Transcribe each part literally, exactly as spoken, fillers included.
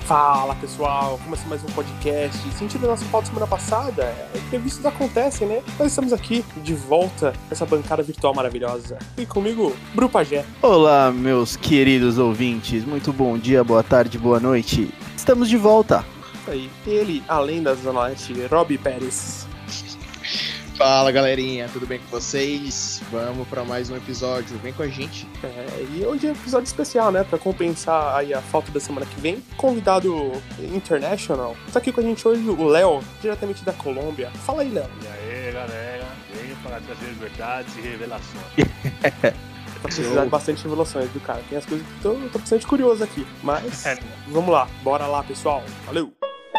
Fala pessoal, começa mais um podcast. Sentindo a nossa pauta semana passada, é, imprevistos acontecem, né? Nós estamos aqui de volta nessa bancada virtual maravilhosa. E comigo, Bru Pajé. Olá, meus queridos ouvintes, muito bom dia, boa tarde, boa noite. Estamos de volta. Isso aí. E ele, além da Zona Leste, Rob Pérez. Fala galerinha, tudo bem com vocês? Vamos para mais um episódio, vem com a gente. É, e hoje é um episódio especial, né? Pra compensar aí a falta da semana que vem. Convidado international. Tá aqui com a gente hoje o Léo, diretamente da Colômbia. Fala aí, Léo. E aí, galera, venho para trazer verdades e revelações. Tá precisando de bastante revelações, viu, cara? Tem as coisas que eu tô, tô bastante curioso aqui. Mas, É. vamos lá. Bora lá, pessoal. Valeu!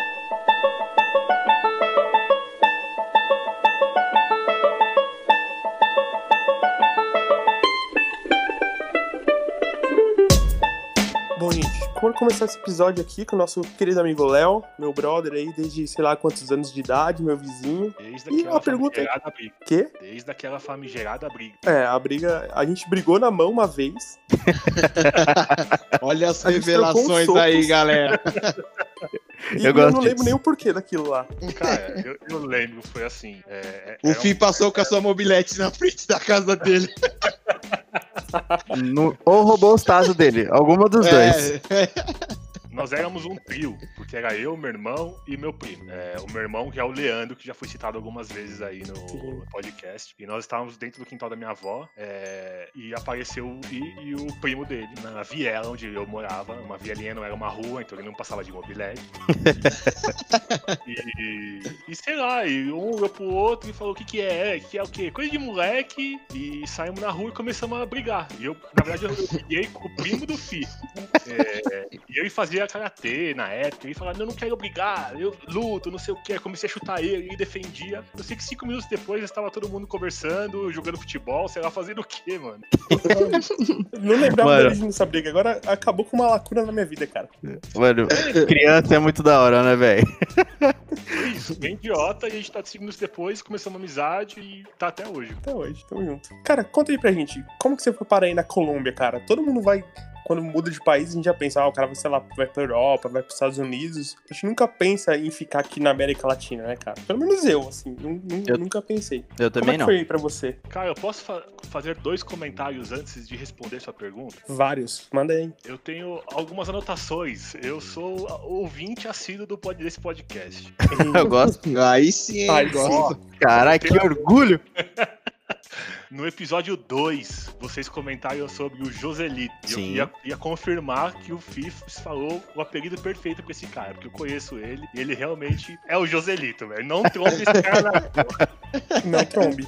Bom, gente, vamos começar esse episódio aqui com o nosso querido amigo Léo, meu brother aí, desde sei lá quantos anos de idade, meu vizinho. Desde E aquela uma pergunta- famigerada briga. Quê? Desde aquela famigerada briga. É, a briga, a gente brigou na mão uma vez. Olha as A gente trocou revelações uns aí, socos. galera. E Eu eu, gosto não lembro disso. nem o porquê daquilo lá. Cara, eu, eu lembro, foi assim. É, é, O era um- Fih passou com a sua mobilete na frente da casa dele. No, ou roubou os tazos dele, alguma dos dois. É, Nós éramos um trio, porque era eu, meu irmão e meu primo. É, o meu irmão, que é o Leandro, que já foi citado algumas vezes aí no Sim. podcast. E nós estávamos dentro do quintal da minha avó, é, e apareceu o I e o primo dele, na viela onde eu morava. Uma vielinha, não era uma rua, então ele não passava de mobilete. e, e sei lá, e um olhou pro outro e falou: o que que é? Que é o quê? Coisa de moleque. E saímos na rua e começamos a brigar. E eu, na verdade, eu, eu briguei com o primo do Fih. É, e ele fazia karatê na época, ele falava: eu não quero brigar, eu luto, não sei o que. Eu comecei a chutar ele, ele defendia. Eu sei que cinco minutos depois estava todo mundo conversando, jogando futebol, sei lá, fazendo o quê, mano? Eu não lembrava Mano. da origem dessa briga. Agora acabou com uma lacuna na minha vida, cara. Mano, criança é muito da hora, né, velho? Foi isso, bem idiota, e a gente tá cinco minutos depois, começamos uma amizade e tá até hoje. Até hoje, tamo junto. Cara, conta aí pra gente, como que você foi parar aí na Colômbia, cara? Todo mundo vai, quando muda de país, a gente já pensa, ah, o cara vai, sei lá, vai pra Europa, vai pros Estados Unidos. A gente nunca pensa em ficar aqui na América Latina, né, cara? Pelo menos eu, assim, nu- nu- Eu- nunca pensei. Eu Como é também que não. foi aí pra você? Cara, eu posso fa- fazer dois comentários antes de responder sua pergunta? Vários. Manda aí. Eu tenho algumas anotações. Eu sou ouvinte assíduo do pod- desse podcast. Eu gosto. aí sim, hein, Ai, gosto. Caralho, que orgulho. No episódio dois, vocês comentaram sobre o Joselito. E eu Sim. queria, queria confirmar que o Fifs falou o apelido perfeito pra esse cara, porque eu conheço ele e ele realmente é o Joselito, velho. Não trompe esse cara na rua. Não trombe.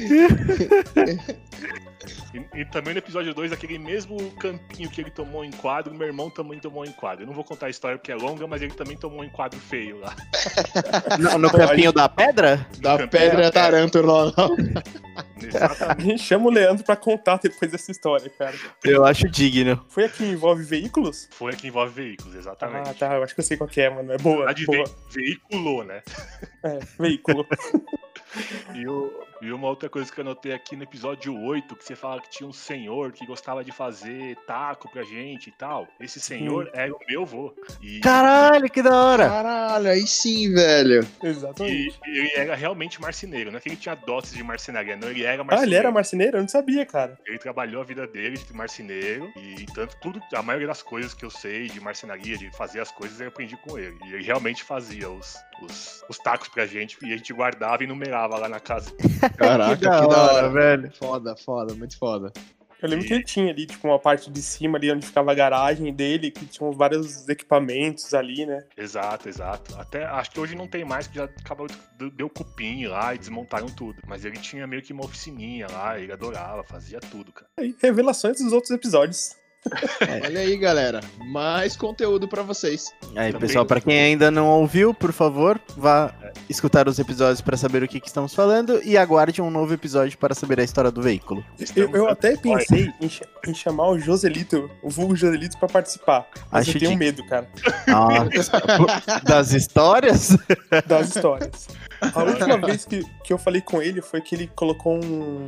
E, e também no episódio dois, aquele mesmo campinho que ele tomou em quadro, meu irmão também tomou em quadro. Eu não vou contar a história porque é longa, mas ele também tomou em quadro feio lá. No, no campinho da pedra? Da Campeão, pedra é. tarântula. Exatamente. A gente chama o Leandro pra contar depois dessa história, cara. Eu acho digno. Foi aqui que envolve veículos? Foi a que envolve veículos, Ah, exatamente. tá. Eu acho que eu sei qual que é, mano. É boa. Na de boa. ve veiculou, né? É, veículo. E, o- e uma outra coisa que eu anotei aqui no episódio oito, que você fala que tinha um senhor que gostava de fazer taco pra gente e tal. Esse senhor era o meu avô. E, Caralho, que da hora. Caralho, aí sim, velho. Exatamente. e ele era realmente marceneiro. Não é que ele tinha dotes de marcenaria, não. Ele era Ah, marceneiro. ele era marceneiro? Eu não sabia, cara. Ele trabalhou a vida dele de marceneiro. E tanto tudo, a maioria das coisas que eu sei de marcenaria, de fazer as coisas, eu aprendi com ele. E ele realmente fazia os, os, os tacos pra gente. E a gente guardava e numerava lá na casa. Caraca, que da hora, velho. Foda, foda, muito foda. Eu lembro que ele tinha ali, tipo, uma parte de cima ali onde ficava a garagem dele, que tinham vários equipamentos ali, né? Exato, exato. Até acho que hoje não tem mais, que já acabou, deu cupim lá e desmontaram tudo. Mas ele tinha meio que uma oficininha lá, ele adorava, fazia tudo, cara. Aí, revelações dos outros episódios. Olha aí, galera. Mais conteúdo pra vocês. Aí, Também- pessoal, pra quem ainda não ouviu, por favor, vá escutar os episódios pra saber o que, que estamos falando e aguarde um novo episódio para saber a história do veículo. Eu, eu até Estamos- pensei em, cha- em chamar o Joselito, o vulgo Joselito, pra participar. Mas Acho eu tenho que- medo, cara, Nossa, das histórias? das histórias. A última vez que, que eu falei com ele foi que ele colocou um...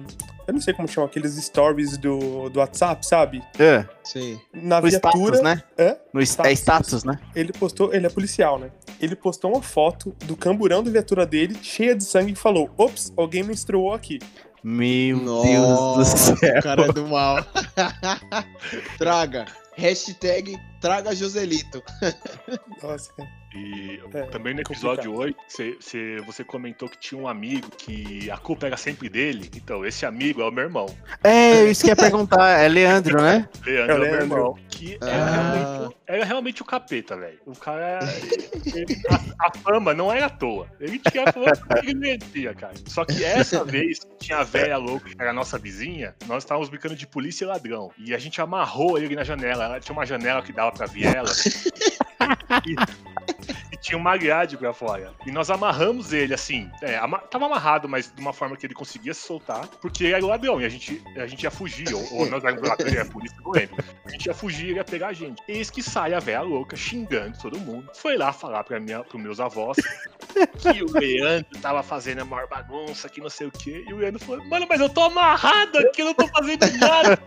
eu não sei como chama, aqueles stories do, do WhatsApp, sabe? É. Sim. Na No viatura. status, né? Hã? No status. É status, né? Ele postou, ele é policial, né? Ele postou uma foto do camburão da viatura dele, cheia de sangue, e falou: ops, alguém menstruou aqui. Meu Nossa, Deus do céu. o cara é do mal. Traga. Hashtag traga Joselito. Nossa, cara. E É, também no é episódio oito, cê, cê, você comentou que tinha um amigo que a culpa era sempre dele. Então, esse amigo é o meu irmão. É, isso que eu ia perguntar. É Leandro, né? Leandro é, o meu Leandro. irmão. Que era, Ah. realmente, era realmente o capeta, velho. O cara. ele- a, a fama não era à toa. Ele tinha a fama que ele merecia, cara. Só que essa vez, tinha a velha louca, que era a nossa vizinha, nós estávamos brincando de polícia e ladrão. E a gente amarrou ele na janela. Ela tinha uma janela que dava pra viela. E, e tinha uma grade pra fora. E nós amarramos ele, assim. É, ama tava amarrado, mas de uma forma que ele conseguia se soltar, porque ele era o ladrão. E a gente, a gente ia fugir. Ou, ou nós éramos ladrões, era por isso que eu lembro. A gente ia fugir e ele ia pegar a gente. Eis que sai a velha louca, xingando todo mundo. Foi lá falar pra minha, pros meus avós que o Leandro tava fazendo a maior bagunça, que não sei o quê. E o Leandro falou: mano, mas eu tô amarrado aqui, eu não tô fazendo nada.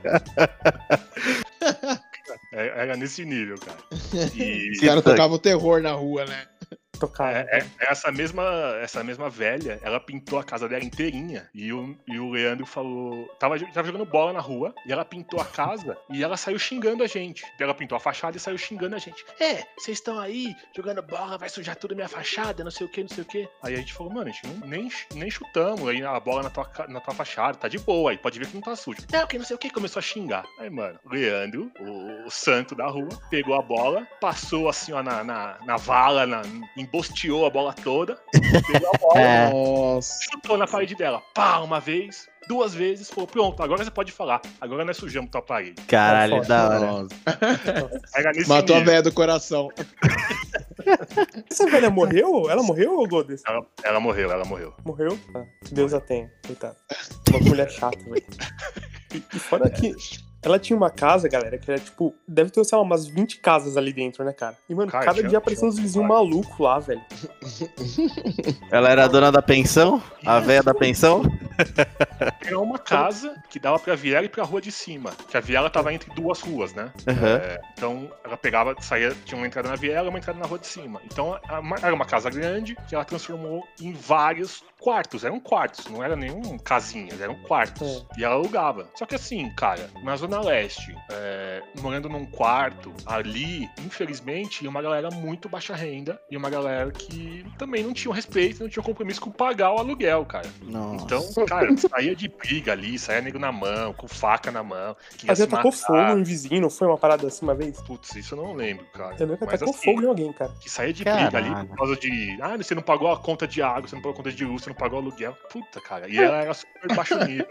Era nesse nível, cara. E Os caras tocavam o terror na rua, né? Tocava. é, é- essa, mesma, essa mesma velha, ela pintou a casa dela inteirinha. E o, e o Leandro falou. Tava, tava jogando bola na rua, e ela pintou a casa e ela saiu xingando a gente. Ela pintou a fachada e saiu xingando a gente. É, vocês estão aí jogando bola, vai sujar tudo a minha fachada, não sei o que, não sei o que. Aí a gente falou: mano, a gente não, nem, nem chutamos aí a bola na tua, ca- na tua fachada, tá de boa, aí pode ver que não tá sujo. É, o que, não sei o que, começou a xingar. Aí, mano, o Leandro, o, o santo da rua, pegou a bola, passou assim, ó, na, na, na vala, na, embosteou a bola toda, pegou a bola, É. Nossa. chutou na parede dela. Pá, uma vez, duas vezes, falou: pronto, agora você pode falar. Agora nós sujamos tua parede. Caralho, Nossa, da hora. Nossa. Era nesse Matou a nível. velha do coração. Essa velha morreu? Ela morreu, ô Godes? Ela, ela morreu, ela morreu. Morreu? Ah, Deus a tenha, coitado. Uma mulher chata, velho. E fora que ela tinha uma casa, galera, que era tipo, deve ter, sei lá, umas vinte casas ali dentro, né, cara? E, mano, Cara, cada tinha- dia apareciam uns tinha- vizinhos malucos lá, velho. Ela era a dona da pensão? A véia da pensão? Era uma casa que dava pra viela e pra rua de cima. Que a viela tava entre duas ruas, né? Aham. É, então ela pegava, saía, tinha uma entrada na viela e uma entrada na rua de cima. Então a- uma- era uma casa grande que ela transformou em vários quartos. Eram quartos, não era nenhum casinhas, eram quartos. E ela alugava. Só que assim, cara, na Zona Leste, é, morando num quarto, ali, infelizmente, ia uma galera muito baixa renda e uma galera que também não tinha respeito, não tinha compromisso com pagar o aluguel, cara. Nossa. Então, cara, saía de briga ali, saía nego na mão, com faca na mão. Que ia Mas já se tacou matar. fogo em vizinho, não foi uma parada assim uma vez? Putz, isso eu não lembro, cara. Eu nunca Mas tacou assim, fogo em alguém, cara. que saía de Caralho. briga ali por causa de. Ah, você não pagou a conta de água, você não pagou a conta de luz, você não pagou o aluguel. Puta, cara. E ela era super baixo nível.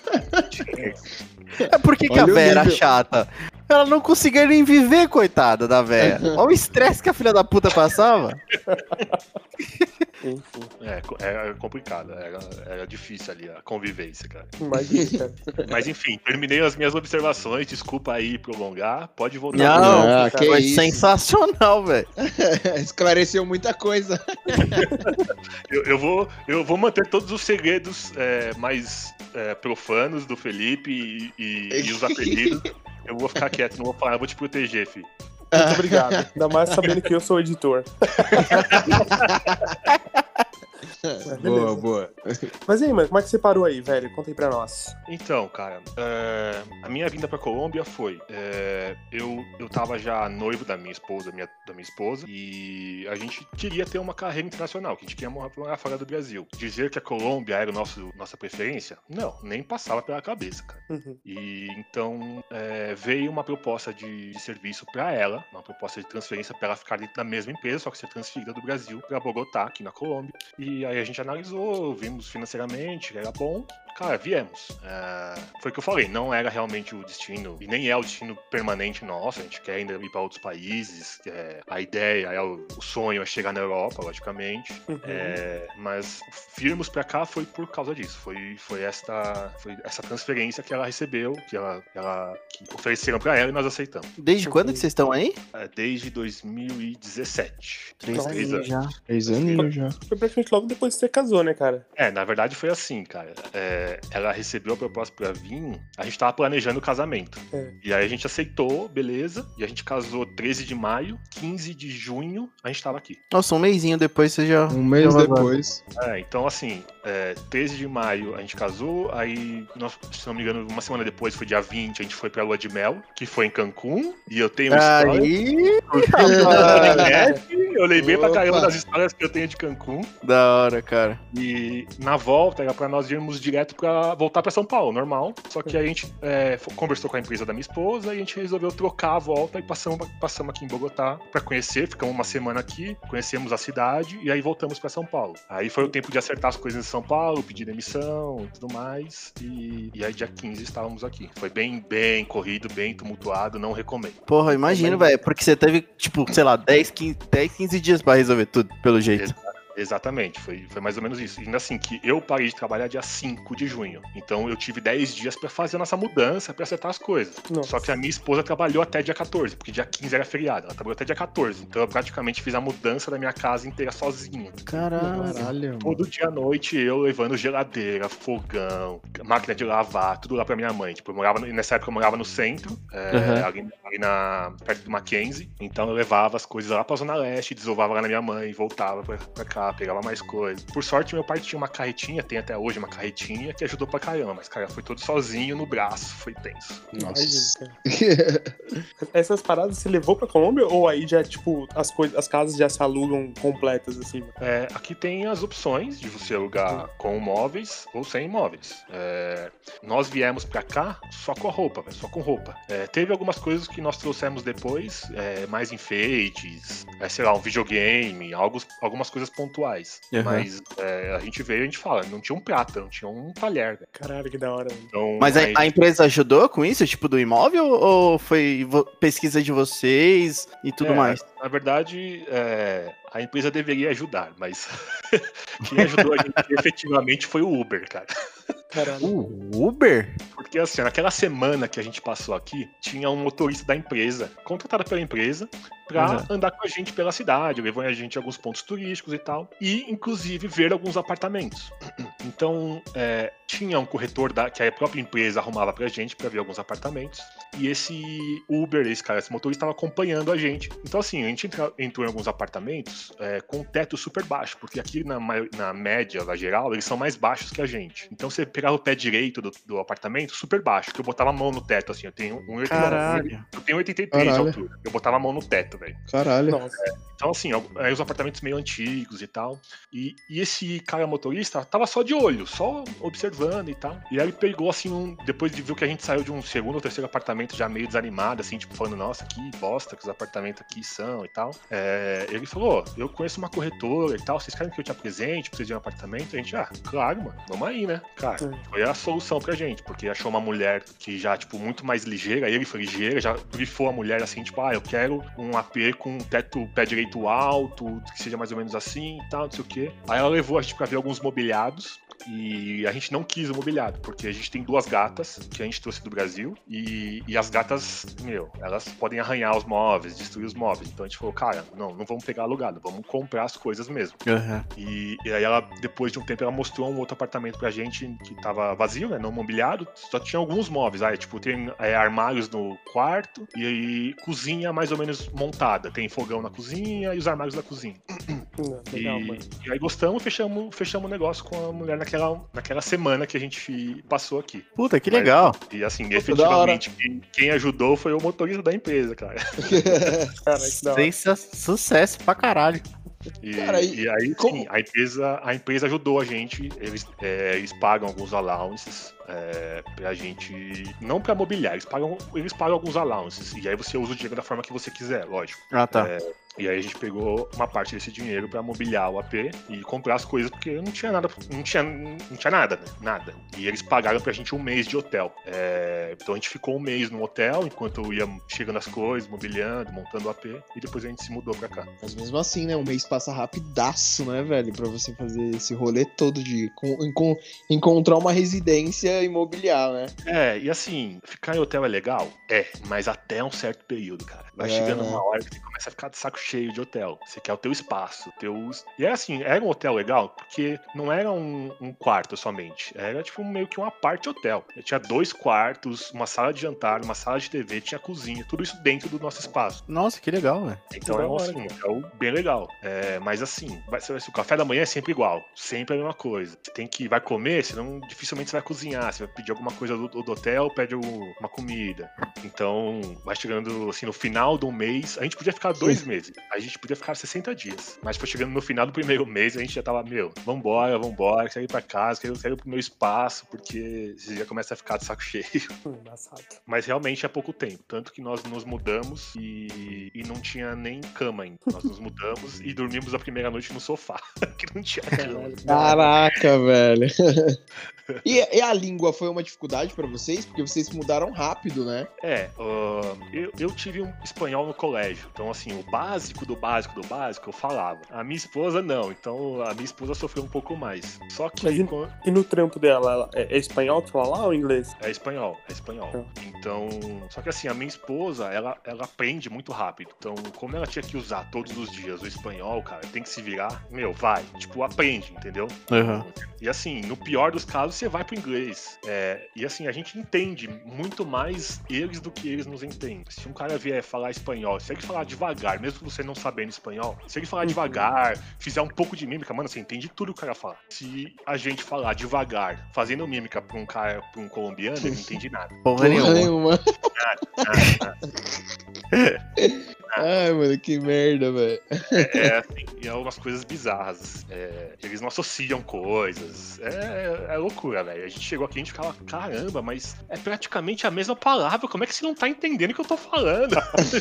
É por que, que a Olha o véia era nível. chata? Ela não conseguia nem viver, coitada da véia. Olha o estresse que a filha da puta passava. Enfim, É, co- era complicado, era, era difícil ali a convivência, cara. imagina, cara. Mas enfim, terminei as minhas observações, desculpa aí prolongar, pode voltar. Não, Ah, cara, que foi isso. sensacional, velho. Esclareceu muita coisa. Eu, eu vou, eu vou manter todos os segredos é, mais é, profanos do Felipe e, e- e os apelidos. Eu vou ficar quieto, não vou falar, eu vou te proteger, filho. Muito obrigado. Ainda mais sabendo que eu sou o editor. Mas Boa, beleza. boa. Mas aí, mano, como é que você parou aí, velho? Conta aí pra nós. Então, cara, é, a minha vinda pra Colômbia foi. é, eu, eu tava já noivo da minha esposa, minha, da minha esposa, e a gente queria ter uma carreira internacional, que a gente queria morar, morar fora do Brasil. Dizer que a Colômbia era o nosso, nossa preferência? Não, nem passava pela cabeça, cara. Uhum. E então é, veio uma proposta de, de serviço pra ela, uma proposta de transferência pra ela ficar dentro da mesma empresa, só que ser transferida do Brasil pra Bogotá, aqui na Colômbia. E aí a gente analisou, vimos financeiramente, era bom. Cara, viemos. É, foi o que eu falei, não era realmente o destino, e nem é o destino permanente nosso, a gente quer ainda ir para outros países, é, a ideia, é o, o sonho é chegar na Europa, logicamente, Uhum. é, mas virmos para cá foi por causa disso, foi, foi, esta, foi essa transferência que ela recebeu, que, ela, ela, que ofereceram para ela e nós aceitamos. Desde quando que vocês estão aí? É, desde dois mil e dezessete. Três Três anos anos. já. Três aninhos já. Foi praticamente logo depois que você casou, né, cara? É, na verdade foi assim, cara. É, é, ela recebeu a proposta pra vir, a gente tava planejando o casamento. É. E aí a gente aceitou, beleza, e a gente casou treze de maio, quinze de junho, a gente tava aqui. Nossa, um mêsinho depois você já... Um mês já vazou. depois. É, então assim, é, treze de maio a gente casou, aí, nós, se não me engano, uma semana depois, foi dia vinte, a gente foi pra lua de mel, que foi em Cancún, e eu tenho uma história... Aí... Eu lembrei pra Opa. caramba das histórias que eu tenho de Cancún. Da hora, cara. E na volta era pra nós irmos direto pra voltar pra São Paulo, normal. Só que a gente é, fo- conversou com a empresa da minha esposa e a gente resolveu trocar a volta e passamos, passamos aqui em Bogotá pra conhecer. Ficamos uma semana aqui, conhecemos a cidade e aí voltamos pra São Paulo. Aí foi o tempo de acertar as coisas em São Paulo, pedir demissão e tudo mais. E, e aí dia quinze estávamos aqui. Foi bem, bem corrido, bem tumultuado, não recomendo. Porra, imagino, velho. Porque você teve, tipo, sei lá, dez, quinze, dez, quinze dias pra resolver tudo, pelo jeito. Exa- Exatamente, foi, foi mais ou menos isso. Ainda assim, que eu parei de trabalhar dia cinco de junho. Então eu tive dez dias pra fazer a nossa mudança, pra acertar as coisas. Nossa. Só que a minha esposa trabalhou até dia quatorze, porque dia quinze era feriado. Ela trabalhou até dia quatorze. Então eu praticamente fiz a mudança da minha casa inteira sozinho. Caralho. Caralho, mano. Todo dia à noite eu levando geladeira, fogão, máquina de lavar, tudo lá pra minha mãe. Tipo, eu morava, no- nessa época eu morava no centro, é, Uhum. ali, ali na, perto do Mackenzie. Então eu levava as coisas lá pra Zona Leste, desovava lá na minha mãe, voltava pra, pra cá, pegava mais coisas. Por sorte, meu pai tinha uma carretinha, tem até hoje uma carretinha, que ajudou pra caramba. Mas, cara, foi todo sozinho no braço, foi tenso. Imagina, cara. Essas paradas você levou pra Colômbia ou aí já, tipo, as, coisas, as casas já se alugam completas, assim? É, aqui tem as opções de você alugar com móveis ou sem móveis. É, nós viemos pra cá só com a roupa, véio, só com roupa. É, teve algumas coisas que nós trouxemos depois, é, mais enfeites, é, sei lá, um videogame, alguns, algumas coisas pontuais. Uhum. Mas é, a gente veio e a gente fala, não tinha um prata, não tinha um talher. Véio. Caralho, que da hora. Mano. Então, Mas a, aí- a empresa ajudou com isso, tipo, do imóvel? Ou foi vo- pesquisa de vocês e tudo É, mais? Na verdade, é, a empresa deveria ajudar, mas quem ajudou a gente efetivamente foi o Uber, cara. Caralho. O Uber? Porque assim, naquela semana que a gente passou aqui, tinha um motorista da empresa, contratado pela empresa, pra Uhum. andar com a gente pela cidade, levou a gente a alguns pontos turísticos e tal, e inclusive ver alguns apartamentos. Então, é, tinha um corretor da, que a própria empresa arrumava pra gente pra ver alguns apartamentos, e esse Uber, esse cara, esse motorista, estava acompanhando a gente. Então, assim, a gente entra, entrou em alguns apartamentos é, com teto super baixo, porque aqui na, mai- na média, na geral, eles são mais baixos que a gente. Então, você pegava o pé direito do, do apartamento super baixo, que eu botava a mão no teto, assim, eu tenho um oitenta e nove, Caralho. eu tenho oitenta e três de Caralho. altura, eu botava a mão no teto, velho. Caralho. Nossa. Então, assim, ó, aí os apartamentos meio antigos e tal. E, e esse cara motorista tava só de olho, só observando e tal. E aí ele pegou, assim, um, depois de ver que a gente saiu de um segundo ou terceiro apartamento já meio desanimado, assim, tipo, falando, nossa, que bosta que os apartamentos aqui são e tal. É, ele falou, ó, eu conheço uma corretora e tal, vocês querem que eu te apresente, precisa de um apartamento? A gente, ah, claro, mano, vamos aí, né? Cara, Sim. foi a solução pra gente, porque achou uma mulher que já, tipo, muito mais ligeira, ele foi ligeiro, já brifou a mulher assim, tipo, ah, eu quero um A P com um teto pé direito alto, que seja mais ou menos assim e tal, não sei o quê. Aí ela levou a gente pra ver alguns mobiliados. E a gente não quis o mobiliado, porque a gente tem duas gatas que a gente trouxe do Brasil. E, e as gatas, meu, elas podem arranhar os móveis, destruir os móveis. Então a gente falou, cara, não, não vamos pegar alugado, vamos comprar as coisas mesmo. Uhum. E, e aí ela, depois de um tempo, ela mostrou um outro apartamento pra gente que tava vazio, né? Não mobiliado, só tinha alguns móveis. Aí, tipo, tem é, armários no quarto e aí cozinha mais ou menos montada. Tem fogão na cozinha e os armários da cozinha. Não, legal, e, mano. e aí gostamos, fechamos, fechamos o negócio com a mulher naquela, naquela semana que a gente passou aqui. Puta, que Mas- legal. E assim, Puta, da hora. efetivamente, quem, quem ajudou foi o motorista da empresa, cara. Caralho, que da hora. Sensa- Sucesso pra caralho. E, Cara, e e aí, como- sim, a empresa, a empresa ajudou a gente, eles, é, eles pagam alguns allowances é, pra gente, não pra mobiliar, eles pagam, eles pagam alguns allowances, e aí você usa o dinheiro da forma que você quiser, lógico. Ah, tá. É, e aí a gente pegou uma parte desse dinheiro pra mobiliar o A P e comprar as coisas, porque não tinha nada, não tinha, não tinha nada, né? Nada. E eles pagaram pra gente um mês de hotel. É, então a gente ficou um mês no hotel, enquanto eu ia chegando as coisas, mobiliando, montando o A P, e depois a gente se mudou pra cá. Mas mesmo assim, né? Um mês passa rapidaço, né, velho? Pra você fazer esse rolê todo de con- encon- encontrar uma residência imobiliar, né? É, e assim, ficar em hotel é legal? É, mas até um certo período, cara. Vai É. chegando uma hora que você começa a ficar de saco cheio de hotel. Você quer o teu espaço, teus... E era assim, era um hotel legal, porque não era um, um quarto somente. Era tipo meio que uma parte hotel. Tinha dois quartos, uma sala de jantar, uma sala de T V, tinha cozinha, tudo isso dentro do nosso espaço. Nossa, que legal, velho. Então é um, assim, um hotel bem legal. É, mas assim, vai, o café da manhã é sempre igual, sempre a mesma coisa. Você tem que, vai comer, senão dificilmente você vai cozinhar. Você vai pedir alguma coisa do, do hotel, pede uma comida. Então, vai chegando assim no final do mês, a gente podia ficar dois meses, a gente podia ficar sessenta dias. Mas foi chegando no final do primeiro mês, a gente já tava, meu, vambora, vambora, quero ir pra casa, quero, quero ir pro meu espaço, porque você já começa a ficar de saco cheio. Engraçado. Mas realmente é pouco tempo. Tanto que nós nos mudamos e, e não tinha nem cama ainda. Nós nos mudamos e dormimos a primeira noite no sofá, que não tinha cama. Caraca, velho. E, e a língua foi uma dificuldade pra vocês? Porque vocês mudaram rápido, né? É, uh, eu, eu tive um espanhol no colégio. Então, assim, o básico do básico do básico eu falava. A minha esposa não. Então, a minha esposa sofreu um pouco mais. Só que... Mas e, quando... e no trampo dela, ela é, é espanhol que fala lá ou inglês? É espanhol, é espanhol. Então, só que assim, a minha esposa, ela, ela aprende muito rápido. Então, como ela tinha que usar todos os dias o espanhol, cara, tem que se virar, meu, vai. Tipo, aprende, entendeu? Uhum. E assim, no pior dos casos, você vai pro inglês. É, e assim, a gente entende muito mais eles do que eles nos entendem. Se um cara vier falar espanhol, se ele falar devagar, mesmo que você não sabendo espanhol, se ele falar devagar, fizer um pouco de mímica, mano, você entende tudo que o cara fala. Se a gente falar devagar, fazendo mímica pra um cara, pra um colombiano, ele não entende nada. Porra nenhuma. Nada, nada, nada. Ai, mano, que merda, velho. É, é, assim, é umas coisas bizarras. É, eles não associam coisas. É, é loucura, velho. A gente chegou aqui e a gente ficava, caramba, mas é praticamente a mesma palavra. Como é que você não tá entendendo o que eu tô falando?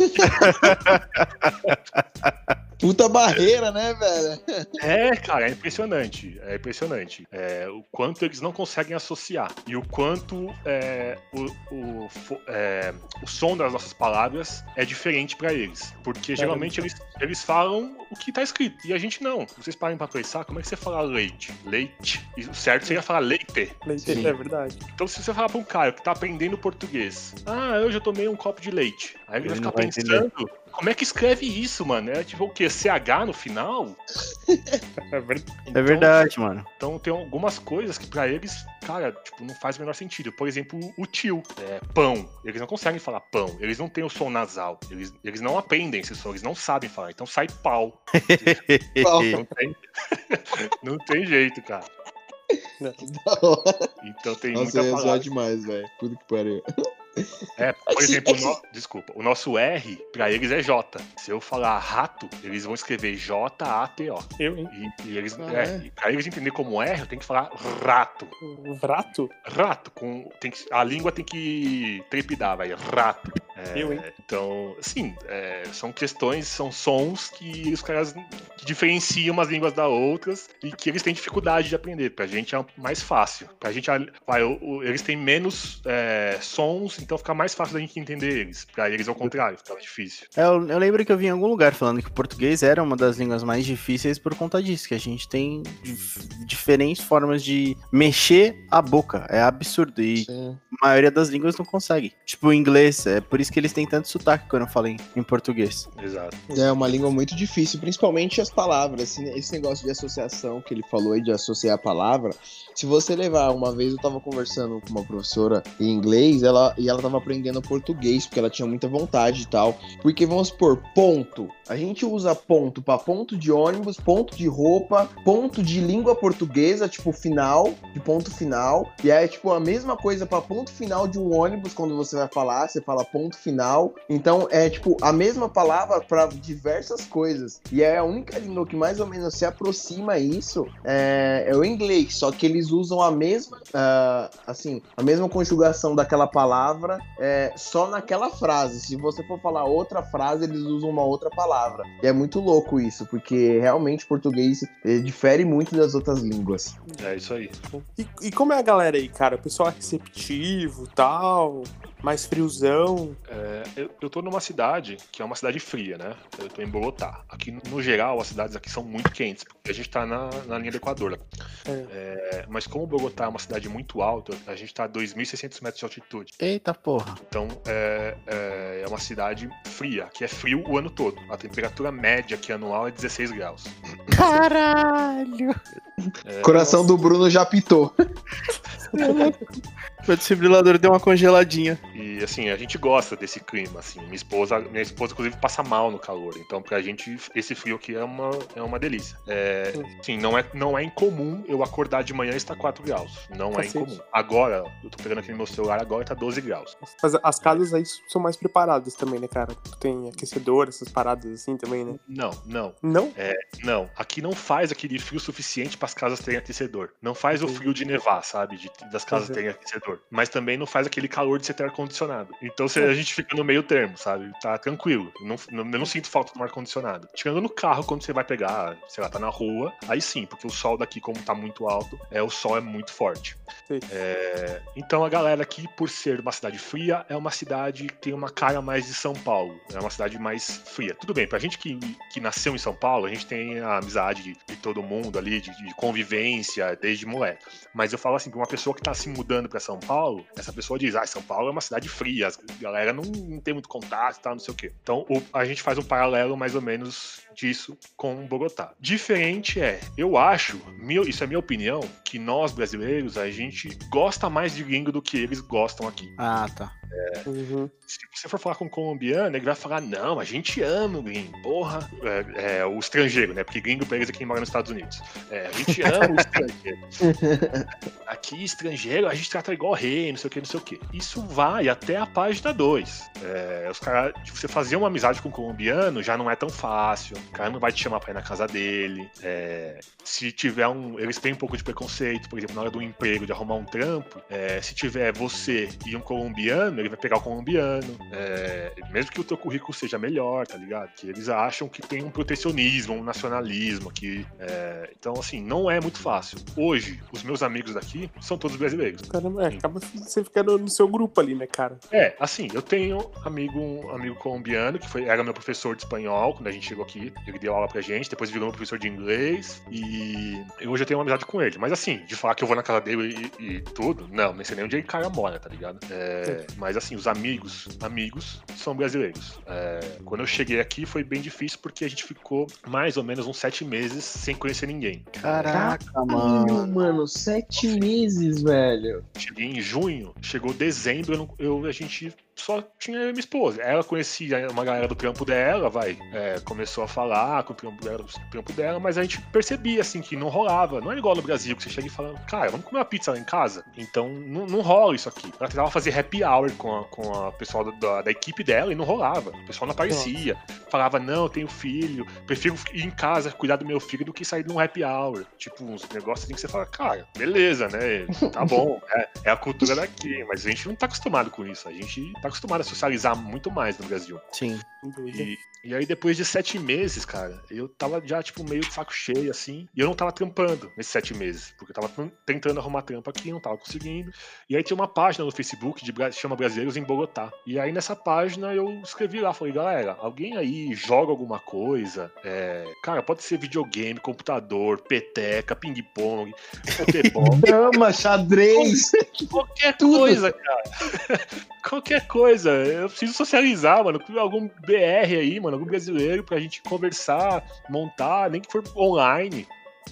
Puta barreira, né, velho? É, cara, é impressionante. É impressionante. É, o quanto eles não conseguem associar. E o quanto é, o, o, é, o som das nossas palavras é diferente pra eles. Porque geralmente eles, eles falam o que tá escrito. E a gente não. Vocês parem pra pensar, como é que você fala leite? Leite. E o certo seria falar leite. Leite, é verdade. Então se você falar pra um cara que tá aprendendo português, ah, eu já tomei um copo de leite. Aí ele vai ficar pensando... Como é que escreve isso, mano? É tipo o quê? C H no final? É verdade. Então, é verdade, mano. Então tem algumas coisas que pra eles, cara, tipo, não faz o menor sentido. Por exemplo, o tio, é, pão. Eles não conseguem falar pão. Eles não têm o som nasal. Eles, eles não aprendem esse som. Eles não sabem falar. Então sai pau. não, tem... não tem jeito, cara. Então tem Nossa, muita é palavra. só demais, velho. Puta que pariu. É, por exemplo, o no... desculpa, o nosso R, pra eles é J. Se eu falar rato, eles vão escrever J A T O. Eu, hein? E, e eles, Ah, é, é? e pra eles entenderem como R, eu tenho que falar rato. Vrato? Rato, com, tem que, a língua tem que trepidar, vai, rato. É, Eu, hein? então, assim, é, são questões, são sons que os caras que diferenciam umas línguas das outras e que eles têm dificuldade de aprender. Pra gente é mais fácil. Pra gente, vai, o, o, eles têm menos é, sons, então fica mais fácil da gente entender eles. Pra eles, ao contrário, fica mais difícil. É, eu, eu lembro que eu vi em algum lugar falando que o português era uma das línguas mais difíceis por conta disso, que a gente tem dif- diferentes formas de mexer a boca. É absurdo. E Sim. a maioria das línguas não consegue. Tipo, o inglês, é por isso que eles têm tanto sotaque quando eu falo em, em português. Exato. É uma língua muito difícil, principalmente as palavras. Esse, esse negócio de associação que ele falou aí, de associar a palavra. Se você levar, uma vez eu tava conversando com uma professora em inglês, ela, e ela tava aprendendo português, porque ela tinha muita vontade e tal. Porque, vamos supor, ponto. A gente usa ponto pra ponto de ônibus, ponto de roupa, ponto de língua portuguesa, tipo final, de ponto final. E aí é tipo a mesma coisa pra ponto final de um ônibus, quando você vai falar, você fala ponto final. Então é tipo a mesma palavra pra diversas coisas. E é a única língua que mais ou menos se aproxima a isso é, é o inglês, só que eles usam a mesma, uh, assim, a mesma conjugação daquela palavra é, só naquela frase. Se você for falar outra frase, eles usam uma outra palavra. E é muito louco isso, porque realmente o português eh, difere muito das outras línguas. É isso aí. E, e como é a galera aí, cara? O pessoal é receptivo e tal? Mais friozão. É, eu, eu tô numa cidade que é uma cidade fria, né? Eu tô em Bogotá. Aqui, no geral, as cidades aqui são muito quentes, porque a gente tá na, na linha do Equador. É. É, mas como Bogotá é uma cidade muito alta, a gente tá a dois mil e seiscentos metros de altitude. Eita porra. Então é, é, é uma cidade fria, que é frio o ano todo. A temperatura média aqui anual é dezesseis graus. Caralho! É, Coração do Bruno já pitou. O desfibrilador deu uma congeladinha. E assim, a gente gosta desse clima, assim. Minha esposa, minha esposa inclusive, passa mal no calor. Então, pra gente, esse frio aqui é uma, é uma delícia. É, assim, não é, não é incomum eu acordar de manhã e estar quatro graus. Não Cacete. é incomum. Agora, eu tô pegando aqui no meu celular, agora tá doze graus. Mas as casas aí são mais preparadas também, né, cara? Tem aquecedor, essas paradas assim também, né? Não, não. Não? É, não, aqui não faz aquele frio suficiente para as casas terem aquecedor. Não faz Entendi. o frio de nevar, sabe? De, das casas Uhum. terem aquecedor. Mas também não faz aquele calor de você ter ar-condicionado. Então cê, a gente fica no meio termo, sabe? Tá tranquilo. Não, não, eu não sinto falta do ar-condicionado. Chegando no carro, quando você vai pegar, sei lá, tá na rua, aí sim, porque o sol daqui, como tá muito alto, é, o sol é muito forte. Sim. É, então a galera aqui, por ser uma cidade fria, é uma cidade que tem uma cara mais de São Paulo. É uma cidade mais fria. Tudo bem, pra gente que, que nasceu em São Paulo, a gente tem a amizade de, de todo mundo ali, de, de convivência, desde moleque. Mas eu falo assim, pra uma pessoa que tá se mudando pra São Paulo, essa pessoa diz, ah, São Paulo é uma cidade fria, a galera não, não tem muito contato e tal, não sei o quê. Então o, a gente faz um paralelo mais ou menos disso com Bogotá. Diferente é, eu acho, meu, isso é minha opinião, que nós brasileiros, a gente gosta mais de gringo do que eles gostam aqui. Ah, tá. Uhum. Se você for falar com um colombiano, ele vai falar, não, a gente ama o gringo, porra. É, é, o estrangeiro, né? Porque gringo pra eles é quem mora nos Estados Unidos. É, a gente ama o estrangeiro. Aqui, estrangeiro, a gente trata igual rei, não sei o que, não sei o que. Isso vai até a página dois. É, os caras, você fazer uma amizade com um colombiano já não é tão fácil. O cara não vai te chamar pra ir na casa dele. É, se tiver um. Eles têm um pouco de preconceito, por exemplo, na hora do emprego, de arrumar um trampo. É, se tiver você e um colombiano, ele vai pegar o colombiano. É, mesmo que o teu currículo seja melhor, tá ligado? Que eles acham que tem um protecionismo, um nacionalismo aqui. É, então, assim, não é muito fácil. Hoje, os meus amigos daqui são todos brasileiros. Caramba, é, acaba você ficando no seu grupo ali, né, cara? É, assim, eu tenho amigo, um amigo colombiano, que foi, era meu professor de espanhol quando a gente chegou aqui. Ele deu aula pra gente, depois virou meu professor de inglês. E hoje eu tenho uma amizade com ele. Mas assim, de falar que eu vou na casa dele e, e tudo, não, nem sei nem onde ele cara mora, tá ligado? É, mas assim, os amigos, amigos são brasileiros. É, quando eu cheguei aqui foi bem difícil porque a gente ficou mais ou menos uns sete meses sem conhecer ninguém. Caraca, Mano, mano. mano, sete meses, velho. Cheguei em junho, chegou dezembro, eu, não- eu- a gente só tinha eu e minha esposa. Ela conhecia uma galera do trampo dela, vai, é, começou a falar com o trampo dela, o trampo dela, mas a gente percebia, assim, que não rolava. Não é igual no Brasil, que você chega e fala, cara, vamos comer uma pizza lá em casa? Então, não, não rola isso aqui. Ela tentava fazer happy hour com a, com a pessoal da, da, da equipe dela e não rolava. O pessoal não aparecia. Falava, não, eu tenho filho, prefiro ir em casa cuidar do meu filho do que sair num happy hour. Tipo, uns negócios assim que você fala, cara, beleza, né? Tá bom, é, é a cultura daqui, mas a gente não tá acostumado com isso. A gente tá acostumado a socializar muito mais no Brasil. Sim. E, e aí, depois de sete meses, cara, eu tava já, tipo, meio de saco cheio, assim, e eu não tava trampando nesses sete meses, porque eu tava t- tentando arrumar trampo aqui, não tava conseguindo. E aí tinha uma página no Facebook de Bra- chama Brasileiros em Bogotá. E aí, nessa página, eu escrevi lá, falei, galera, alguém aí joga alguma coisa? É, cara, pode ser videogame, computador, peteca, ping-pong, futebol, Dama, xadrez. qualquer Tudo. coisa, cara. Qualquer coisa. Eu preciso socializar, mano, com algum B R aí, mano, algum brasileiro pra gente conversar, montar, nem que for online.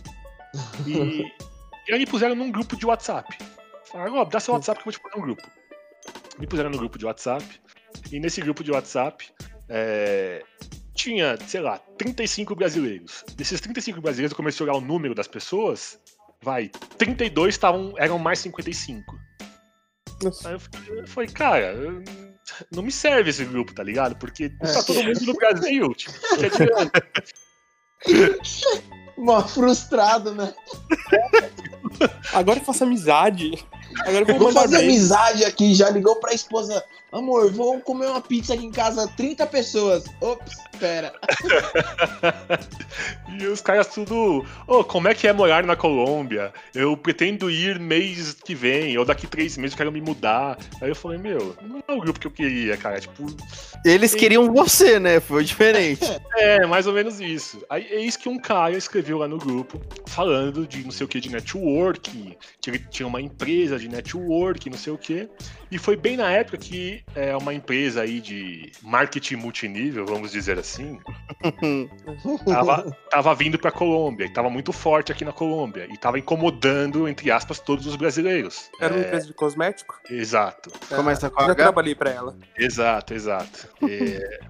E, e aí me puseram num grupo de WhatsApp. Falaram, ó, dá seu WhatsApp que eu vou te pôr num grupo. Me puseram no grupo de WhatsApp. E nesse grupo de WhatsApp é, tinha, sei lá, trinta e cinco brasileiros. Desses trinta e cinco brasileiros, eu comecei a olhar o número das pessoas. Vai, trinta e dois tavam, eram mais cinquenta e cinco. Nossa. Aí eu falei- eu falei, cara, eu- não me serve esse grupo, tá ligado? Porque tá todo mundo no Brasil. Tipo, que adianta? Mó frustrado, né? Agora eu faço amizade. Agora eu vou Vou mandar fazer bem. amizade aqui. Já ligou pra esposa. amor, vou comer uma pizza aqui em casa, trinta pessoas. Ops, pera. E os caras tudo, ô, oh, como é que é morar na Colômbia? Eu pretendo ir mês que vem, ou daqui três meses eu quero me mudar. Aí eu falei, meu, não é o grupo que eu queria, cara, tipo... Eles queriam você, né? Foi diferente. É, mais ou menos isso. Aí é isso que um cara escreveu lá no grupo, falando de não sei o que, de network, que ele tinha uma empresa de network, não sei o que. E foi bem na época que é, uma empresa aí de marketing multinível, vamos dizer assim, tava, tava vindo pra Colômbia, e tava muito forte aqui na Colômbia, e tava incomodando, entre aspas, todos os brasileiros. Era uma É, empresa de cosmético? Exato. Começa com Eu já H. trabalhei pra ela. Exato, exato. É,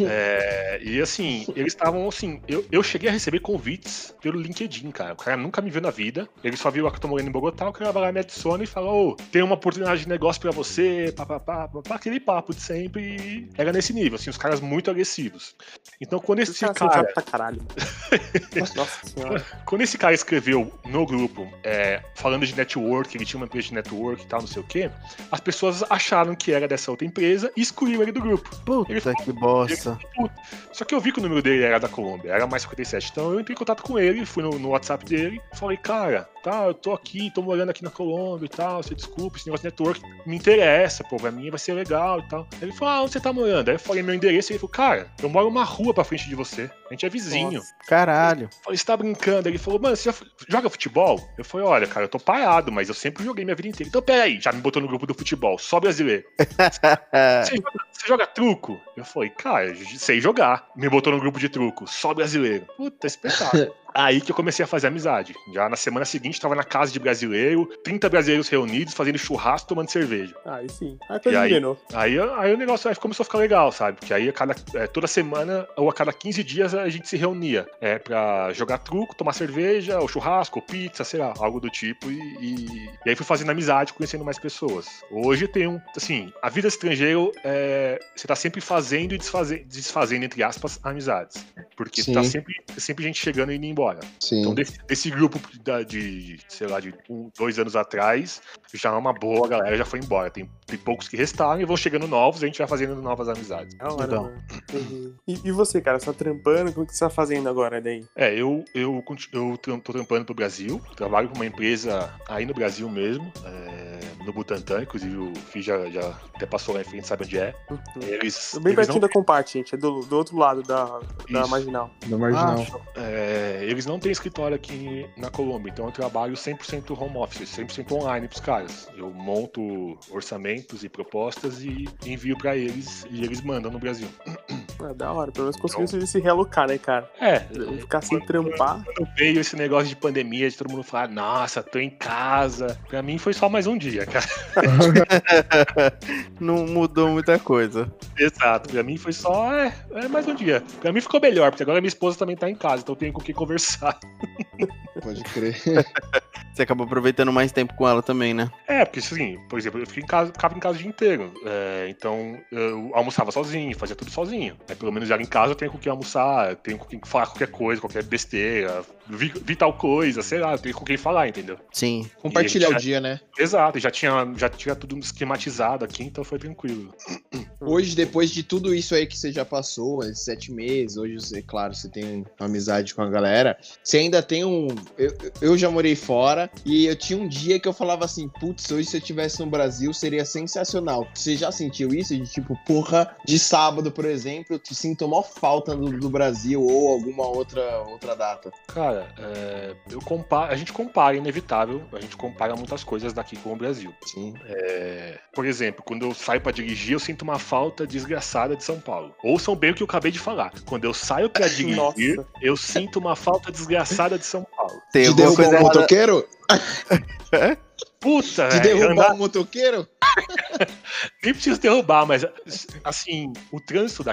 é, e assim, eles estavam assim, eu, eu cheguei a receber convites pelo LinkedIn, cara. O cara nunca me viu na vida. Ele só viu que eu tô morando em Bogotá, o cara vai lá, me adiciona e fala, ô, tem uma oportunidade de negócio pra você, papapá, papapá, aquele papo de sempre. E era nesse nível, assim, os caras muito agressivos. Então, quando esse Esse cara. pra caralho. Nossa senhora. Quando esse cara escreveu no grupo, é, falando de network, ele tinha uma empresa de network e tal, não sei o quê, as pessoas acharam que era dessa outra empresa e excluíram ele do grupo. Puta Ele falou, que bosta. Puta. Só que eu vi que o número dele era da Colômbia, era mais cinquenta e sete. Então eu entrei em contato com ele, fui no, no WhatsApp dele, falei, cara, tá, eu tô aqui, tô morando aqui na Colômbia e tal, você desculpa, esse negócio de network me interessa, pô, pra mim vai ser legal e tal. Ele falou, ah, onde você tá morando? Aí eu falei meu endereço e ele falou, cara, eu moro uma rua pra frente de você, a gente é vizinho. Nossa. Caralho. Eu falei, você tá brincando? Ele falou, mano, você já joga futebol? Eu falei, olha, cara, eu tô parado, mas eu sempre joguei minha vida inteira. Então, peraí, já me botou no grupo do futebol, só brasileiro. Você joga, você joga truco? Eu falei, cara, eu sei jogar. Me botou no grupo de truco, só brasileiro. Puta, espetáculo. Aí que eu comecei a fazer amizade. Já na semana seguinte, tava na casa de brasileiro, trinta brasileiros reunidos, fazendo churrasco, tomando cerveja. Aí sim. Aí a coisa E aí- engrenou. Aí, aí o negócio aí começou a ficar legal, sabe? Porque aí a cada, é, toda semana ou a cada quinze dias a gente se reunia é, pra jogar truco, tomar cerveja, ou churrasco, ou pizza, sei lá, algo do tipo. E, e, e aí fui fazendo amizade, conhecendo mais pessoas. Hoje tem um, assim, a vida estrangeiro, é, você tá sempre fazendo e desfaze- desfazendo, entre aspas, amizades. Porque Sim. tá sempre, sempre gente chegando e indo embora. Sim. Então, desse, desse grupo da- de, sei lá, de um, dois anos atrás, já é uma boa, a galera já foi embora. Tem, tem poucos que restaram e vão chegando novos, a gente vai fazendo novas amizades. Da hora, Legal. mano. Uhum. E, e você, cara, você tá trampando? Como que você tá fazendo agora daí? É, eu, eu, conti- eu tram- tô trampando pro Brasil, trabalho com uma empresa aí no Brasil mesmo, é, no Butantã, inclusive o Fih já, já até passou lá em frente, sabe onde é. Uhum. Eles, Bem eles pertinho não, da Compart, gente. É do, do outro lado da, da Isso. Marginal. Da marginal. é, eles não têm escritório aqui na Colômbia, então eu trabalho cem por cento home office, cem por cento online pros caras. Eu monto orçamentos e propostas e envio pra eles e eles mandam no Brasil. É da hora. Pelo menos conseguiu se- se realocar, né, cara? É, Ficar sem trampar. quando veio esse negócio de pandemia, de todo mundo falar, nossa, tô em casa. Pra mim foi só mais um dia, cara. Não mudou muita coisa. Exato, pra mim foi só, é, é mais um dia. Pra mim ficou melhor, porque agora minha esposa também tá em casa, então eu tenho com quem conversar. Pode crer. Você acabou aproveitando mais tempo com ela também, né? É, porque assim, por exemplo, eu fiquei em casa, ficava em casa o dia inteiro. É, então eu almoçava sozinho, fazia tudo sozinho. Aí, pelo menos ela em casa eu tenho com quem almoçar, eu tenho com quem falar qualquer coisa, qualquer besteira, vi, vi tal coisa, sei lá, eu tenho com quem falar, entendeu? Sim. Compartilhar E o já- dia, né? Exato, já tinha, já tinha tudo esquematizado aqui, então foi tranquilo. Hoje, depois de tudo isso aí que você já passou, esses sete meses, hoje, você, claro, você tem uma amizade com a galera, você ainda tem um... Eu, eu já morei fora e eu tinha um dia que eu falava assim, putz, hoje se eu estivesse no Brasil seria sensacional. Você já sentiu isso? De tipo, porra, de sábado, por exemplo, eu te sinto mó falta do, do Brasil ou alguma outra, outra data. Cara, é, eu comparo, a gente compara, é inevitável, a gente compara muitas coisas daqui com o Brasil. Sim. É, por exemplo, quando eu saio pra dirigir, eu sinto uma falta desgraçada de São Paulo. Ouçam bem o que eu acabei de falar. Quando eu saio pra dirigir, Nossa. eu sinto uma falta desgraçada de São Paulo. Tem De alguma derrubar coisa um errada. motoqueiro? Puta, De velho, derrubar andar- um motoqueiro? nem preciso derrubar, mas assim, o trânsito daqui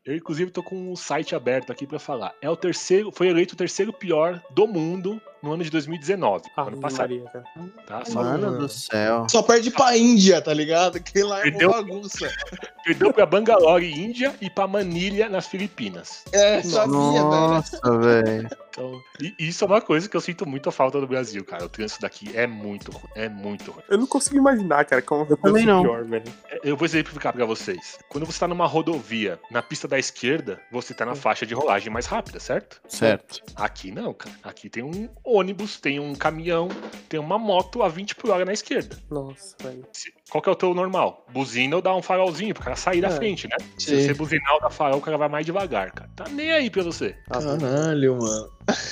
Eu, inclusive, tô com um site aberto aqui pra falar. É o terceiro, foi eleito o terceiro pior do mundo no ano de dois mil e dezenove. Ah, ano passado. Maria, cara. Tá? Só Mano do céu. Só perde pra Índia, tá ligado? Que lá é uma Perdeu. bagunça. perdeu pra Bangalore, Índia, e pra Manilha, nas Filipinas. É, sabia, velho. Nossa, velho. Então, e isso é uma coisa que eu sinto muita falta do Brasil, cara. O trânsito daqui é muito ruim. É muito ruim. Eu não consigo imaginar, cara, como Eu também não. pior, velho. Eu vou exemplificar pra vocês. Quando você tá numa rodovia, na pista da esquerda, você tá na faixa de rolagem mais rápida, certo? Certo. Aqui não, cara. Aqui tem um ônibus, tem um caminhão, tem uma moto a vinte por hora na esquerda. Nossa, velho. Se- Qual que é o teu normal? Buzina ou dar um farolzinho pro cara sair da É. frente, né? Se Sim. você buzinar ou dar farol, o cara vai mais devagar, cara. Tá nem aí pra você. Caralho, mano.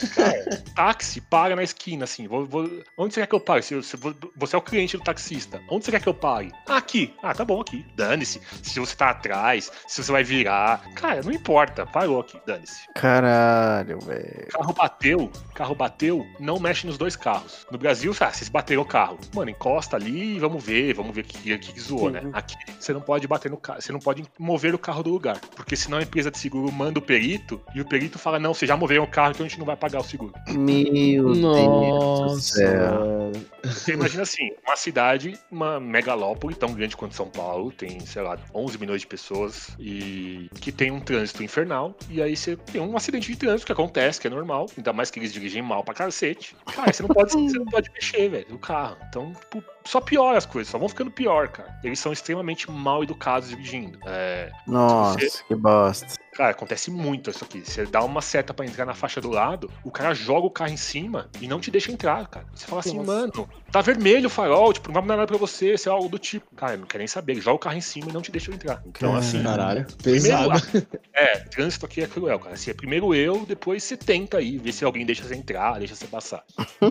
Táxi, para na esquina, assim. Vou, vou- Onde você quer que eu pare? Se, se vo- você é o cliente do taxista. Onde você quer que eu pare? Ah, aqui. Ah, tá bom, aqui. Dane-se. Se você tá atrás, se você vai virar. Cara, não importa. Parou aqui, dane-se. Caralho, velho. Carro bateu, carro bateu, não mexe nos dois carros. No Brasil, ah, vocês bateram o carro. Mano, encosta ali e vamos ver, vamos ver o que, que, que zoou, né? Sim. Aqui, você não pode bater no carro, você não pode mover o carro do lugar. Porque senão a empresa de seguro manda o perito e o perito fala: não, vocês já moveram o carro, então a gente não vai pagar o seguro. Meu Deus do céu. mano. Você imagina assim, uma cidade, uma megalópole tão grande quanto São Paulo, tem, sei lá, onze milhões de pessoas e que tem um trânsito infernal, e aí você tem um acidente de trânsito que acontece, que é normal, ainda mais que eles dirigem mal pra cacete. Cara, você não pode, você não pode mexer, velho, o carro. Então, tipo, só piora as coisas, só vão ficando pior, cara. Eles são extremamente mal educados dirigindo. É, Nossa, Você- que bosta. Cara, acontece muito isso aqui. Você dá uma seta pra entrar na faixa do lado, o cara joga o carro em cima e não te deixa entrar, cara. Você fala assim, Nossa. mano, tá vermelho o farol, tipo, não vai mudar nada pra você, sei lá, algo do tipo. Cara, não quer nem saber, ele joga o carro em cima e não te deixa entrar. Então, assim, Caralho, primeiro, pesado. é, trânsito aqui é cruel, cara. Assim, é primeiro eu, depois você tenta aí, ver se alguém deixa você entrar, deixa você passar.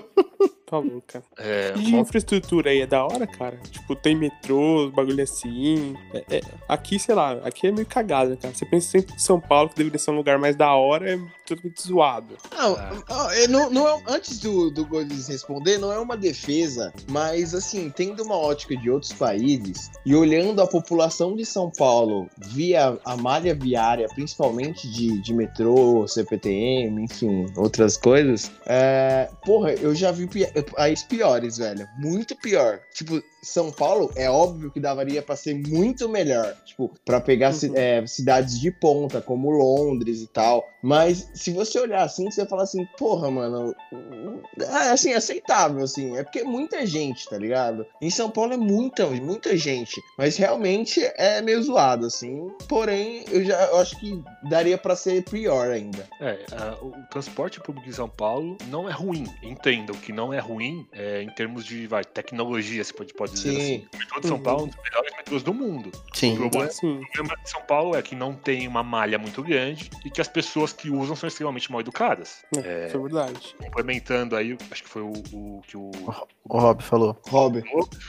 Falou, cara. É, E de uma- infraestrutura aí é da hora, cara? Tipo, tem metrô, bagulho assim. É- é- aqui, sei lá, aqui é meio cagado, cara. Você pensa sempre em São Paulo, que deveria ser um lugar mais da hora, é totalmente zoado. Não, ó, é, não, não é, antes do, do Godis responder, não é uma defesa, mas assim, tendo uma ótica de outros países e olhando a população de São Paulo via a malha viária, principalmente de, de metrô, C P T M, enfim, outras coisas, é, porra, eu já vi pi- países piores, velho. Muito pior. Tipo, São Paulo é óbvio que daria pra ser muito melhor. Tipo, pra pegar ci- Uhum. é, cidades de ponta, como Londres e tal. Mas se você olhar assim, você fala assim, porra, mano, é assim, aceitável, assim. É porque é muita gente, tá ligado? Em São Paulo é muita, muita gente. Mas realmente é meio zoado, assim. Porém, eu já eu acho que daria pra ser pior ainda. É, a- o transporte público em São Paulo não é ruim. Entendam que não é ruim é, em termos de vai, tecnologia, se pode, pode dizer Sim. assim. O metrô de São Uhum. Paulo é um dos melhores metrôs do mundo. Sim. O problema, Assim, o problema de São Paulo é que não tem uma malha muito grande e que as pessoas que usam são extremamente mal educadas. é, isso é verdade. Complementando aí, acho que foi o, o que o, O Rob falou. Rob.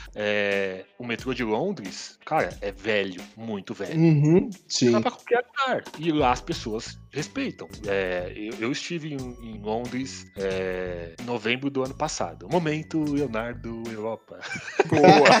é, o metrô de Londres, cara, é velho, muito velho. Uhum. Sim. Dá pra qualquer lugar. E lá as pessoas respeitam. É, eu, eu estive em, em Londres é, em novembro do ano passado. Momento Leonardo Europa. Boa.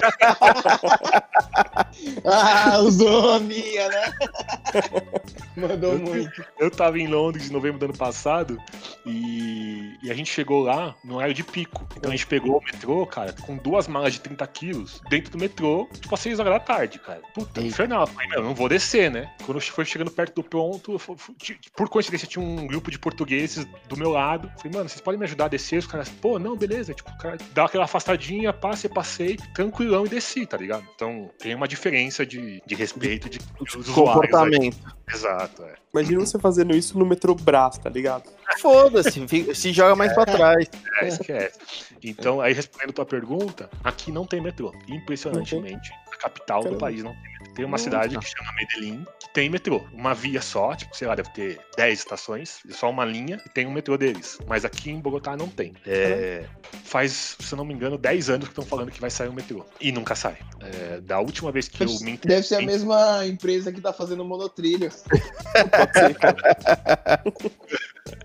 Ah, usou a minha, né? Mandou Eu- muito. Eu tava em Londres em novembro do ano passado e, e a gente chegou lá no horário de pico. Então a gente pegou o metrô, cara, com duas malas de trinta quilos dentro do metrô, tipo às seis horas da tarde, cara. Puta, Eita. infernal. Eu falei, meu, eu não vou descer, né? Quando eu foi chegando perto do ponto, eu fu- fu- ti- por coincidência tinha um grupo de portugueses do meu lado. Eu falei, mano, vocês podem me ajudar a descer? Os caras, pô, não, beleza. Tipo, o cara dá aquela afastadinha, passe, passei, tranquilão e desci, tá ligado? Então tem uma diferença de, de respeito de, dos usuários. Aí. Comportamento. Exato, é. Imagina você fazendo isso no metrô Brás, tá ligado? Foda-se, fica- se joga mais pra trás. É, esquece. Então, aí respondendo a tua pergunta, aqui não tem metrô. Impressionantemente, a capital do Caramba. país não tem metrô. Tem uma Nossa. cidade que chama Medellín, que tem metrô. Uma via só, tipo, sei lá, deve ter dez estações, só uma linha, e tem um metrô deles. Mas aqui em Bogotá não tem. É, faz, se eu não me engano, dez anos que estão falando que vai sair o metrô. E nunca sai. É, da última vez que eu me Deve ser a mesma empresa que tá fazendo monotrilho. Pode ser, cara.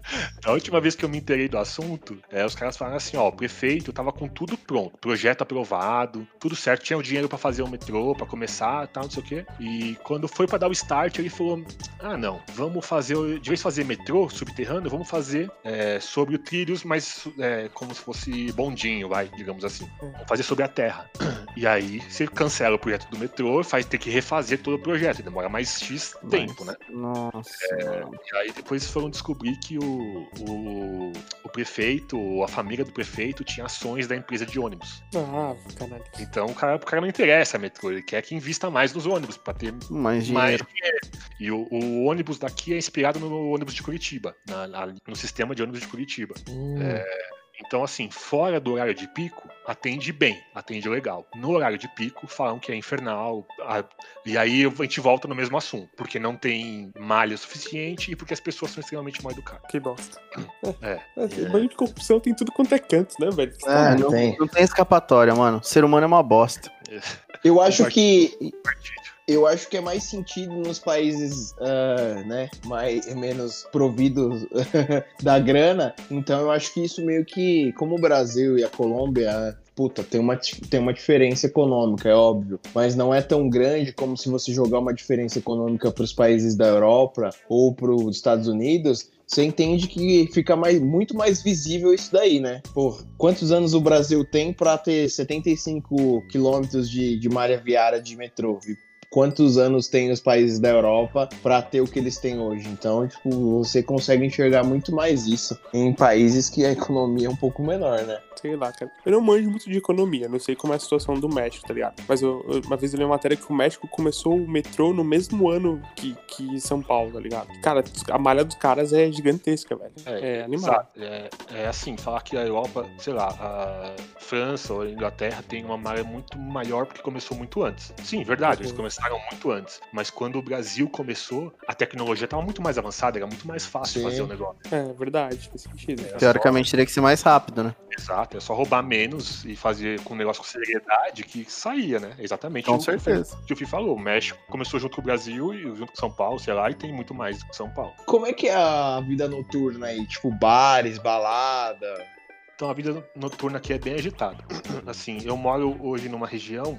Da última vez que eu me inteirei do assunto, é, os caras falaram assim, ó, o prefeito tava com tudo pronto, projeto aprovado, tudo certo, tinha o dinheiro pra fazer o metrô, pra começar, tal, não sei o quê. E quando foi pra dar o start, ele falou, ah, não, vamos fazer, de vez de fazer metrô subterrâneo, vamos fazer é, sobre trilhos, mas é, como se fosse bondinho, vai, digamos assim. Vamos fazer sobre a terra. E aí, você cancela o projeto do metrô, faz ter que refazer todo o projeto, demora mais X tempo, Mas, né? Nossa. É, e aí depois foram descobrir que o, o, o prefeito, ou a família do prefeito, tinha ações da empresa de ônibus. Ah, caralho. Então o cara, o cara não interessa a metrô, ele quer que invista mais nos ônibus, pra ter Mais mais dinheiro. dinheiro. E o, o ônibus daqui é inspirado no ônibus de Curitiba, na- na- no sistema de ônibus de Curitiba. Hum. Então, assim, fora do horário de pico, atende bem, atende legal. No horário de pico, falam que é infernal. a- E aí a gente volta no mesmo assunto. Porque não tem malha suficiente e porque as pessoas são extremamente mal educadas. Que bosta. É. É, é. Banho de corrupção tem tudo quanto é canto, né, velho? Você tá É, maluco? não, tem. não tem escapatória, mano. O ser humano é uma bosta. Eu acho Compartilho. que Compartilho. eu acho que é mais sentido nos países, ah, né, mais menos providos da grana. Então eu acho que isso meio que, como o Brasil e a Colômbia, puta, tem uma, tem uma diferença econômica, é óbvio, mas não é tão grande como se você jogar uma diferença econômica para os países da Europa ou para os Estados Unidos. Você entende que fica mais, muito mais visível isso daí, né? Pô, quantos anos o Brasil tem para ter setenta e cinco quilômetros de, de malha viária de metrô? E quantos anos tem os países da Europa para ter o que eles têm hoje? Então, tipo, você consegue enxergar muito mais isso em países que a economia é um pouco menor, né? Sei lá, cara. Eu não manjo muito de economia, não sei como é a situação do México, tá ligado? Mas eu, eu- uma vez eu li uma matéria que o México começou o metrô no mesmo ano que, que São Paulo, tá ligado? Cara, a malha dos caras é gigantesca, velho. É, animal. exato. É, é assim, falar que a Europa, sei lá, a França ou a Inglaterra tem uma malha muito maior porque começou muito antes. Sim, verdade, eles Uhum. começaram muito antes. Mas quando o Brasil começou, a tecnologia estava muito mais avançada, era muito mais fácil Sim. fazer o negócio. É, verdade, faz sentido. Era Teoricamente teria que ser mais rápido, né? só- exato, é só roubar menos e fazer com o negócio com seriedade que saía, né? Exatamente Com o que o Fê- certeza. que o Fih falou. O México começou junto com o Brasil e junto com São Paulo, sei lá, e tem muito mais do que São Paulo. Como é que é a vida noturna aí? Tipo, bares, balada? Então a vida noturna aqui é bem agitada. Assim, eu moro hoje numa região,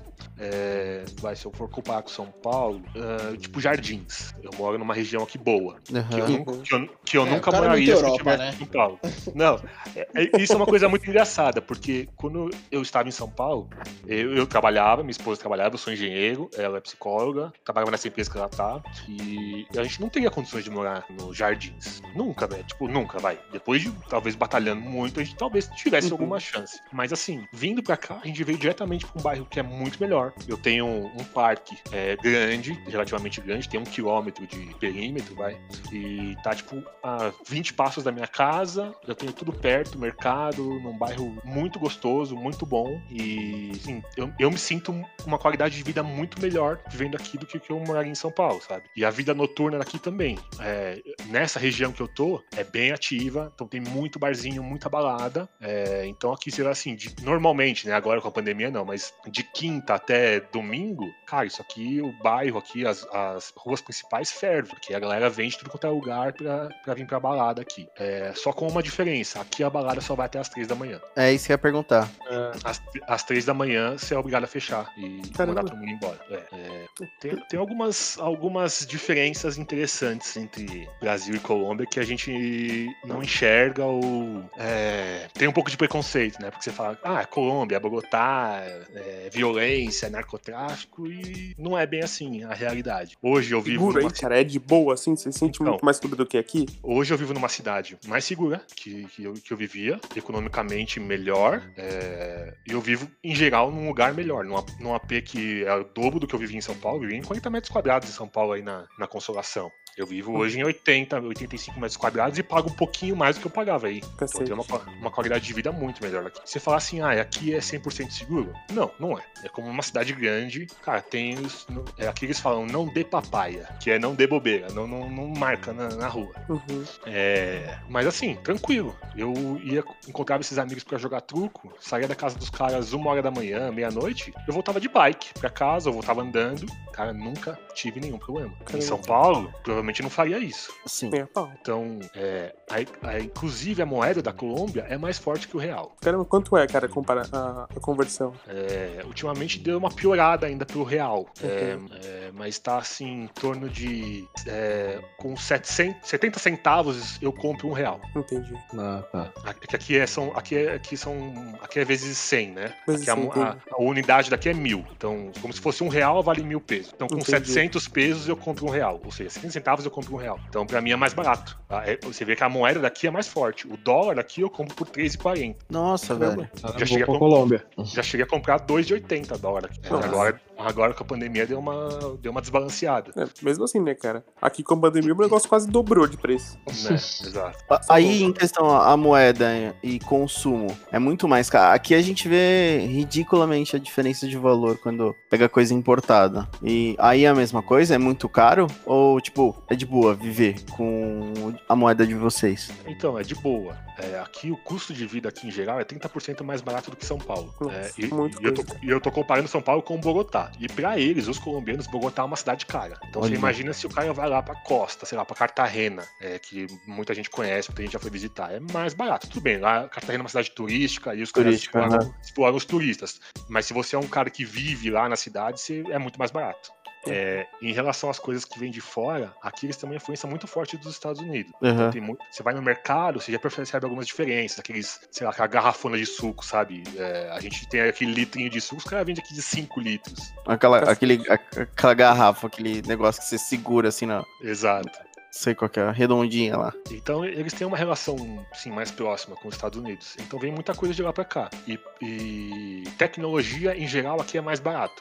é, vai, se eu for comparar com São Paulo, é, tipo Jardins. Eu moro numa região aqui boa. Que eu, Aham. nunca, que eu, que eu É, nunca o cara é moraria muito se eu Europa, estivesse né? em São Paulo. Não, é- é- isso é uma coisa muito engraçada, porque quando eu estava em São Paulo, eu, eu trabalhava, minha esposa trabalhava, eu sou engenheiro, ela é psicóloga, trabalhava nessa empresa que ela tá, e a gente não teria condições de morar nos Jardins. Nunca, né? Tipo, nunca, vai. Depois de, talvez, batalhando muito, a gente talvez tivesse Uhum. alguma chance. Mas assim, vindo pra cá, a gente veio diretamente pra um bairro que é muito melhor. Eu tenho um, um parque é, grande, relativamente grande, tem um quilômetro de perímetro, vai. E tá, tipo, a vinte passos da minha casa. Eu tenho tudo perto, mercado, num bairro muito gostoso, muito bom. E, assim, eu, eu me sinto com uma qualidade de vida muito melhor vivendo aqui do que que eu moraria em São Paulo, sabe? E a vida noturna aqui também. É, nessa região que eu tô, é bem ativa, então tem muito barzinho, muita balada. É, então aqui será assim, de- normalmente, né? Agora com a pandemia não, mas de quinta até domingo, cara, isso aqui, o bairro aqui, as, as ruas principais fervem, porque a galera vem de tudo quanto é lugar pra, pra vir pra balada aqui. É, só com uma diferença, aqui a balada só vai até as três da manhã. É isso que eu ia perguntar. Às, às três da manhã, você é obrigado a fechar e Caramba. mandar todo mundo embora. É, é, tem tem algumas, algumas diferenças interessantes entre Brasil e Colômbia que a gente não enxerga ou é, tem um pouco de preconceito, né? Porque você fala, ah, Colômbia, Bogotá, é, violência, narcotráfico, e não é bem assim a realidade. Hoje eu vivo Seguro numa aí, cara, é de boa, assim? Você sente Então. muito mais seguro do que aqui? Hoje eu vivo numa cidade mais segura que, que, eu, que eu vivia, economicamente melhor, é, e eu vivo, em geral, num lugar melhor, num, A- num A P que é o dobro do que eu vivia em São Paulo. Eu vivia em quarenta metros quadrados em São Paulo, aí na, na Consolação. Eu vivo hoje em oitenta, oitenta e cinco metros quadrados e pago um pouquinho mais do que eu pagava aí. Então Cacete. tem uma, qua- uma qualidade qualidade de vida muito melhor aqui. Você falar assim, ah, aqui é cem por cento seguro? Não, não é. É como uma cidade grande, cara, tem os... É, aqui eles falam, não dê papaya, que é não dê bobeira, não, não, não marca na, na rua. Uhum. É, mas assim, tranquilo. Eu ia encontrar esses amigos pra jogar truco, saía da casa dos caras uma hora da manhã, meia-noite, eu voltava de bike pra casa, eu voltava andando. Cara, nunca tive nenhum problema. Caramba. Em São Paulo, provavelmente não faria isso. Sim. Nem a pau. Então, é, a, a, inclusive a moeda da Colômbia é mais forte que o real. Caramba, quanto é, cara, compara a, a conversão? É, ultimamente deu uma piorada ainda pro real. É, Uhum. é, mas tá assim, em torno de... É, com setecentos, setenta centavos eu compro um real. Entendi. Ah, tá. Aqui, aqui, é, são, aqui, é, aqui, são, aqui é vezes cem, né? Vezes Aqui a, cem, mo- a, entendi. a unidade daqui é mil. Então, como se fosse um real, vale mil pesos. Então, com Entendi. setecentos pesos, eu compro um real. Ou seja, setenta centavos eu compro um real. Então, pra mim é mais barato. Tá? É, você vê que a moeda daqui é mais forte. O dólar aqui eu compro por três reais e quarenta. Nossa, Caramba. velho. Ah, Já vou cheguei pra a- Colômbia. Já cheguei a comprar dois reais e oitenta dólar aqui. É, Nossa. agora, agora com a pandemia deu uma, deu uma desbalanceada. É, mesmo assim, né, cara? Aqui com a pandemia o negócio quase dobrou de preço. Né? Exato. A- Aí, em questão a a moeda e consumo, é muito mais caro. Aqui a gente vê ridiculamente a diferença de valor quando pega coisa importada. E aí é a mesma coisa? É muito caro? Ou, tipo, é de boa viver com a moeda de vocês? Então, é de boa. É, aqui o custo de vida aqui em geral é trinta por cento mais barato do que São Paulo. Nossa, É, e, muito e eu tô, coisa. e eu tô comparando São Paulo com Bogotá. E pra eles, os colombianos, Bogotá é uma cidade cara. Então Olha. você imagina se o cara vai lá pra costa, sei lá, pra Cartagena, é, que muita gente conhece, muita gente já foi visitar. É mais barato. Tudo bem, lá Cartagena é uma cidade turística e os caras Turística, exploram, exploram os turistas. Mas se você é um cara que vive lá na cidade, você, é muito mais barato. É, em relação às coisas que vêm de fora, aqui eles têm uma influência muito forte dos Estados Unidos. Uhum. Então, tem muito- você vai no mercado, você já percebe algumas diferenças, aqueles, sei lá, aquela garrafona de suco, sabe? É, a gente tem aquele litrinho de suco, os caras vendem aqui de cinco litros. Aquela, aquele, a- aquela garrafa, aquele negócio que você segura assim, na, Exato. sei qual que é, redondinha lá. Então eles têm uma relação, sim, mais próxima com os Estados Unidos. Então vem muita coisa de lá pra cá. E, e tecnologia, em geral, aqui é mais barato.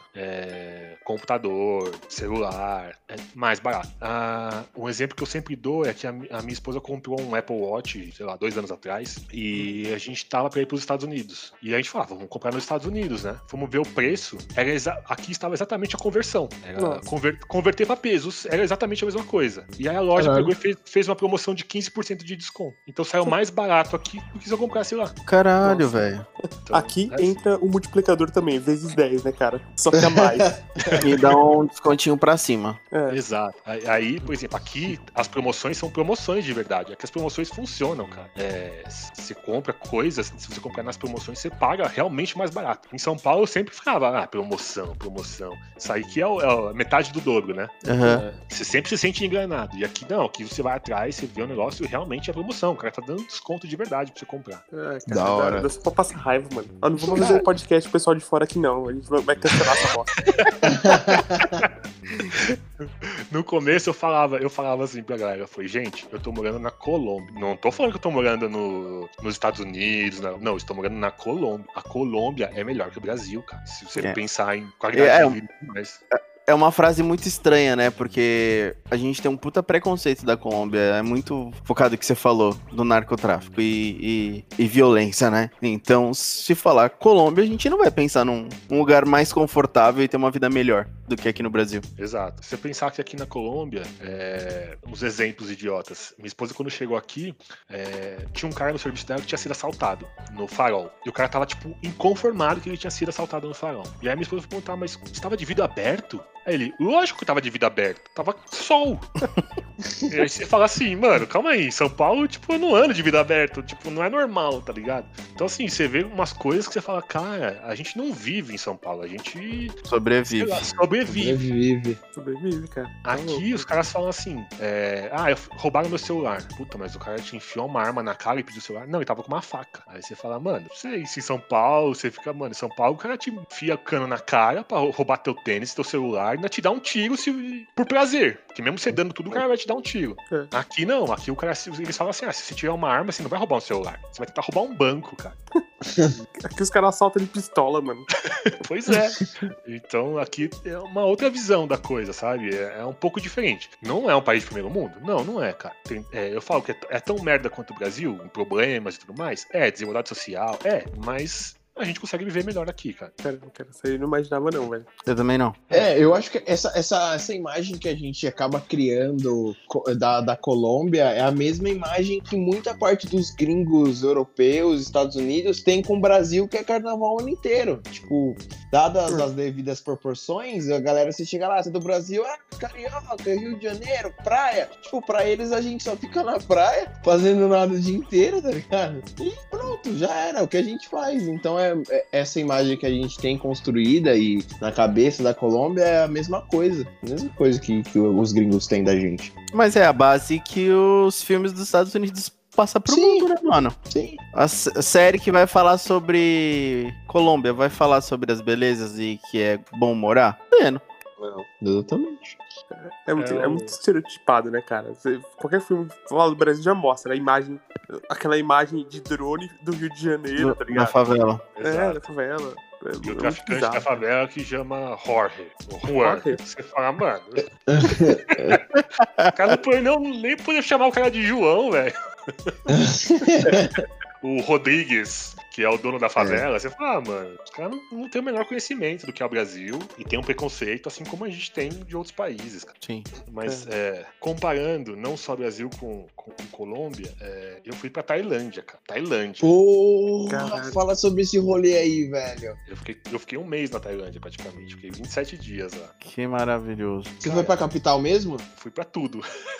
É, computador, celular, é mais barato. Ah, um exemplo que eu sempre dou é que a, mi- a minha esposa comprou um Apple Watch, sei lá, dois anos atrás, e a gente tava pra ir pros Estados Unidos. E a gente falava, vamos comprar nos Estados Unidos, né? Fomos ver o preço, era exa- aqui estava exatamente a conversão. Era Nossa. conver- converter pra pesos era exatamente a mesma coisa. E aí a loja Caralho. pegou e fez, fez uma promoção de quinze por cento de desconto. Então saiu mais barato aqui do que se eu comprasse lá. Caralho, Nossa. velho. Então, Aqui é- entra o multiplicador também, vezes dez, né, cara? Só que a mais. Me dá um descontinho pra cima. É. Exato. Aí- Aí, por exemplo, aqui as promoções são promoções de verdade. Aqui as promoções funcionam, cara. É, você compra coisas, se você comprar nas promoções, você paga realmente mais barato. Em São Paulo eu sempre ficava, ah, promoção, promoção. Isso aí que é, o- é a metade do dobro, né? Aham. Você sempre se sente enganado. E aqui não, aqui você vai atrás, você vê o negócio e realmente é promoção. O cara tá dando desconto de verdade pra você comprar. É, cara, Da dá- hora. dá só pra passar raiva, mano. Eu não vou fazer um podcast pro pessoal de fora aqui, não. A gente vai, vai cancelar essa bosta. No começo eu falava, eu falava assim pra galera, eu falei, gente, eu tô morando na Colômbia. Não tô falando que eu tô morando no, nos Estados Unidos, não, não, eu estou morando na Colômbia. A Colômbia é melhor que o Brasil, cara. Se você É. pensar em qualidade É, de vida, mas É uma frase muito estranha, né? Porque a gente tem um puta preconceito da Colômbia. É muito focado no que você falou, do narcotráfico e, e, e violência, né? Então, se falar Colômbia, a gente não vai pensar num, num lugar mais confortável e ter uma vida melhor do que aqui no Brasil. exato. Se você pensar que aqui na Colômbia, é, uns exemplos idiotas. Minha esposa, quando chegou aqui, é, tinha um cara no serviço dela que tinha sido assaltado no farol. E o cara tava, tipo, inconformado que ele tinha sido assaltado no farol. E aí minha esposa perguntou, ah, mas você tava de vidro aberto? Aí ele, lógico que tava de vidro aberto. Tava sol. E aí você fala assim, mano, calma aí. São Paulo, tipo, eu não ando de vidro aberto. Tipo, não é normal, tá ligado? Então, assim, você vê umas coisas que você fala, cara, a gente não vive em São Paulo. A gente, sei Sobrevive. lá, sobrevive. Sobrevive. Sobrevive, cara. Tá Aqui louco. os caras falam assim, é, ah, eu- roubaram meu celular. Puta, mas o cara te enfiou uma arma na cara e pediu o celular. Não, ele tava com uma faca. Aí você fala, mano, não sei se em São Paulo, você fica, mano, em São Paulo o cara te enfia cano na cara pra rou- roubar teu tênis, teu celular e ainda te dá um tiro se, por prazer. Porque mesmo você dando tudo, o cara vai te dar um tiro. É. Aqui não, aqui o cara, eles falam assim, ah, se você tiver uma arma, você não vai roubar um celular. Você vai tentar roubar um banco, cara. Aqui os caras assaltam de pistola, mano. Pois é. Então aqui é uma outra visão da coisa, sabe? É, é um pouco diferente. Não é um país de primeiro mundo? Não, não é, cara. Tem, é, eu falo que é, é tão merda quanto o Brasil, em problemas e tudo mais. É, desigualdade social, é, mas a gente consegue viver melhor aqui, cara. Cara, cara, isso aí eu não imaginava não, velho. Eu também não. É, eu acho que essa, essa, essa imagem que a gente acaba criando co- da, da Colômbia é a mesma imagem que muita parte dos gringos europeus, Estados Unidos, tem com o Brasil, que é carnaval o ano inteiro. Tipo, dadas as devidas proporções, a galera, você chega lá, você é do Brasil, ah, carioca, Rio de Janeiro, praia. Tipo, pra eles a gente só fica na praia, fazendo nada o dia inteiro, tá ligado? E pronto, já era, o que a gente faz. Então é, é- essa imagem que a gente tem construída e na cabeça da Colômbia é a mesma coisa. A mesma coisa que, que os gringos têm da gente. Mas é a base que os filmes dos Estados Unidos passam pro Sim. mundo, né, mano? Sim. A, s- a série que vai falar sobre Colômbia, vai falar sobre as belezas e que é bom morar? Vendo. Exatamente. É muito, É é o- muito estereotipado, né, cara? Você- qualquer filme que fala do Brasil já mostra a imagem, aquela imagem de drone do Rio de Janeiro, tá Na ligado? favela. É, Exato. da favela. É, E muito o traficante bizarro. da favela que chama Jorge. O Juan. Jorge? Você fala, mano. O cara não pode não, nem podia chamar o cara de João, velho. O Rodrigues, que é o dono da favela, você fala, ah, mano, os caras não, não tem o menor conhecimento do que é o Brasil e tem um preconceito, assim como a gente tem de outros países, cara. Sim. Mas é, comparando não só Brasil com, com, com Colômbia, é, eu fui pra Tailândia, cara. Tailândia. Porra, Caralho. fala sobre esse rolê aí, velho. Eu fiquei, eu fiquei um mês na Tailândia, praticamente. Fiquei vinte e sete dias lá. Que maravilhoso. Você foi pra capital mesmo? Fui pra tudo.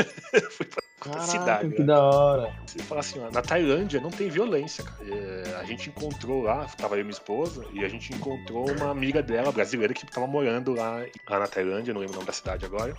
Fui pra Caraca, cidade. que né? da hora. Você fala assim, ó, na Tailândia não tem violência, cara. É, a gente encontrou lá, tava eu e minha esposa, e a gente encontrou uma amiga dela, brasileira, que tava morando lá, lá na Tailândia, não lembro o nome da cidade agora.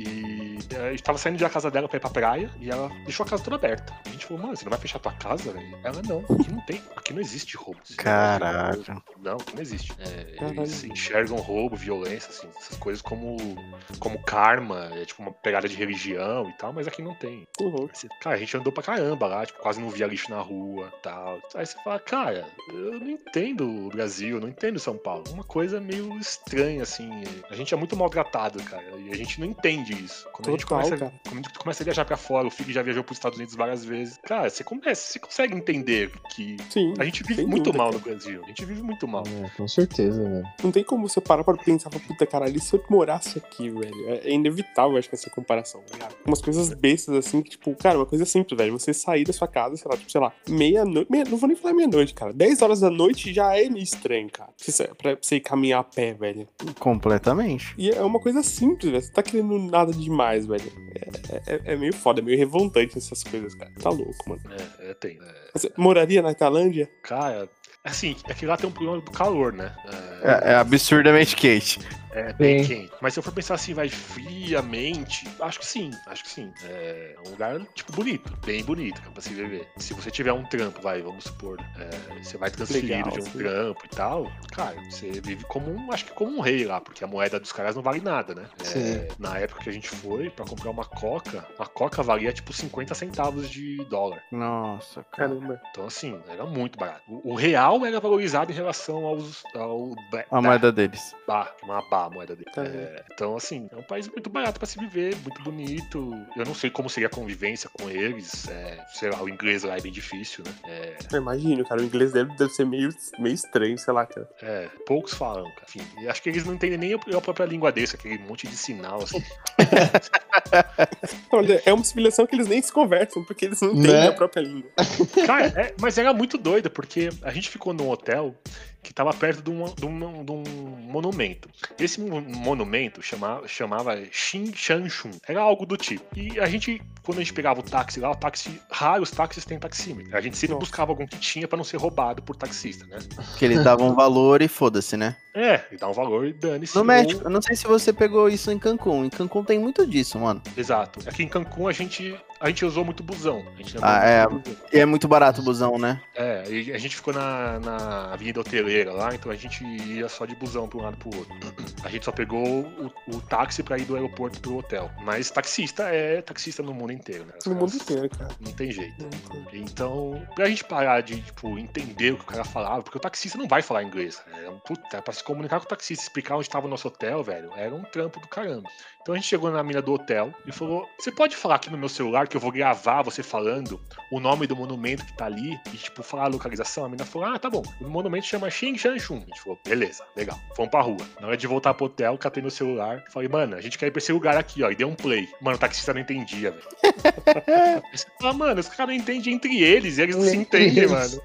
E é, a gente tava saindo da casa dela pra ir pra praia, e ela deixou a casa toda aberta. A gente falou, mano, você não vai fechar tua casa, velho? Ela, não, aqui não tem, aqui não existe roubo. Caraca. Não, aqui não existe. É, Caralho. eles enxergam roubo, violência, assim, essas coisas como, como karma, é tipo uma pegada de religião e tal, mas aqui não tem. Que louco. Aí você- Cara, a gente andou pra caramba lá, tipo, quase não via lixo na rua e tal. Aí você fala, cara, eu não entendo o Brasil, eu não entendo São Paulo. Uma coisa meio estranha, assim. A gente é muito maltratado, cara, e a gente não entende isso. Quando a gente Total, começa, cara. quando a gente começa a viajar pra fora, o Fig já viajou pros Estados Unidos várias vezes. Cara, você começa, você consegue entender que Sim. a gente vive sem muito dúvida, mal cara. no Brasil. A gente vive muito mal. É, com certeza, velho. Não tem como você parar pra pensar, pra puta caralho, e se eu morasse aqui, velho? É é inevitável, acho que essa comparação, tá ligado? Umas coisas bestas assim, que, tipo, cara, uma coisa simples, velho. Você sair da sua casa, sei lá, tipo, sei lá, meia-noite. Meia, não vou nem falar meia-noite, cara. dez horas da noite já é meio estranho, cara. Você, pra você ir caminhar a pé, velho. Completamente. E é uma coisa simples, velho. Você tá querendo nada demais, velho. É, é, é meio foda, é meio revoltante essas coisas, cara. Tá louco, mano. É, é, tem. É, Você moraria na Tailândia? cara, assim, é que lá tem um problema do calor, né? É, É, é absurdamente quente. É bem Sim. quente. Mas se eu for pensar assim, vai friamente, acho que sim, acho que sim. É um lugar, tipo, bonito, bem bonito, cara, pra se viver. Se você tiver um trampo, vai, vamos supor, é, você vai transferido Legal, de um sim. trampo e tal, cara, você vive como um, acho que como um rei lá, porque a moeda dos caras não vale nada, né? É, Sim. na época que a gente foi, pra comprar uma coca, uma coca valia, tipo, cinquenta centavos de dólar. Nossa, cara. Caramba. Então, assim, era muito barato. O, o real era valorizado em relação aos, ao... A moeda deles. Bah, uma Bá, a moeda dele. Tá É, então, assim, é um país muito barato pra se viver, muito bonito. Eu não sei como seria a convivência com eles. É, sei lá, o inglês lá é bem difícil, né? É, Eu imagino, cara. O inglês dele deve ser meio, meio estranho, sei lá, cara. é, poucos falam, cara. Enfim, e acho que eles não entendem nem a a própria língua deles, aquele monte de sinal, assim. Olha, é uma civilização que eles nem se conversam, porque eles não entendem Né? a própria língua. Cara, é, mas era muito doido, porque a gente ficou num hotel que tava perto de um, de um, de um monumento. Esse mon- monumento chamava, chamava Shin Shan Shun. Era algo do tipo. E a gente, quando a gente pegava o táxi lá, o táxi, raros táxis têm taxímetro. A gente sempre Nossa. buscava algum que tinha pra não ser roubado por taxista, né? Que eles davam valor e foda-se, né? É, e dá um valor e dane-se. No ou- México, eu não sei se você pegou isso em Cancún. Em Cancún tem muito disso, mano. Exato. Aqui em Cancún a gente a gente usou muito busão. A gente Ah, é. muito busão. E é muito barato o busão, né? É, e a gente ficou na, na Avenida Hoteleira lá, então a gente ia só de busão pra um lado pro outro. A gente só pegou o, o táxi pra ir do aeroporto pro hotel. Mas taxista é taxista no mundo inteiro, né? Os No caras- mundo inteiro, cara. Não tem jeito. Então, pra gente parar de, tipo, entender o que o cara falava, porque o taxista não vai falar inglês. É, puta, pra se comunicar com o taxista, explicar onde tava o nosso hotel, velho, era um trampo do caramba. Então a gente chegou na mina do hotel e falou: você pode falar aqui no meu celular que eu vou gravar você falando o nome do monumento que tá ali e, tipo, falar a localização? A mina falou: ah, tá bom. O monumento chama Xing Shan Chun. A gente falou: beleza, legal. Fomos pra rua. Na hora de voltar pro hotel, catei meu celular e falei: mano, a gente quer ir pra esse lugar aqui, ó. E dei um play. Mano, o taxista não entendia, velho. Aí você fala: mano, os caras não entendem entre eles e eles não se entendem, mano.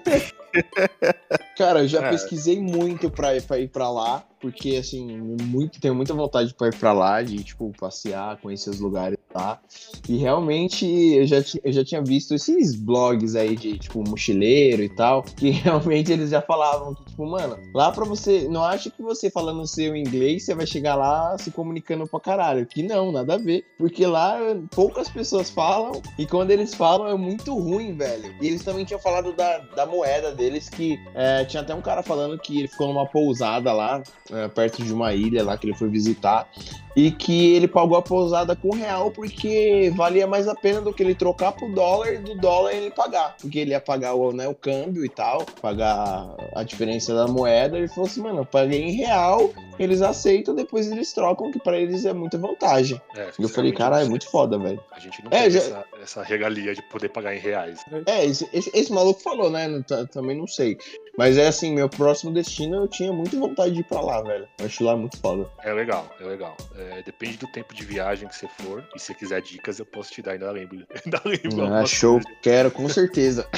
Cara, eu já É. pesquisei muito pra, pra ir pra lá, porque, assim, muito, tenho muita vontade pra ir pra lá, de, tipo, passear, conhecer os lugares lá. E realmente eu já, ti- eu já tinha visto esses blogs aí de, tipo, mochileiro e tal, que realmente eles já falavam que, tipo, mano, lá pra você, não acha que você falando o seu inglês, você vai chegar lá se comunicando pra caralho. Que não, nada a ver. Porque lá poucas pessoas falam, e quando eles falam é muito ruim, velho. E eles também tinham falado da, da moeda deles, que é, tinha até um cara falando que ele ficou numa pousada lá, é, perto de uma ilha lá que ele foi visitar, e que ele pagou a pousada com real porque valia mais a pena do que ele trocar pro dólar e do dólar ele pagar. Porque ele ia pagar o, né, o câmbio e tal, pagar a diferença da moeda. Ele falou assim, mano, eu paguei em real, eles aceitam, depois eles trocam, que pra eles é muita vantagem. É, E eu falei, sinceramente, caralho, é não muito sei. foda, velho. A gente não É, tem já- essa, essa regalia de poder pagar em reais. É, esse, esse, esse maluco falou, né? Não tá- também não sei. Mas é assim, meu próximo destino eu tinha muita vontade de ir pra lá, velho. Eu acho lá muito foda. É legal, é legal. É, depende do tempo de viagem que você for. E se você quiser dicas, eu posso te dar, ainda lembro. Ainda lembro. Ah, algumas show. coisas. Quero, com certeza.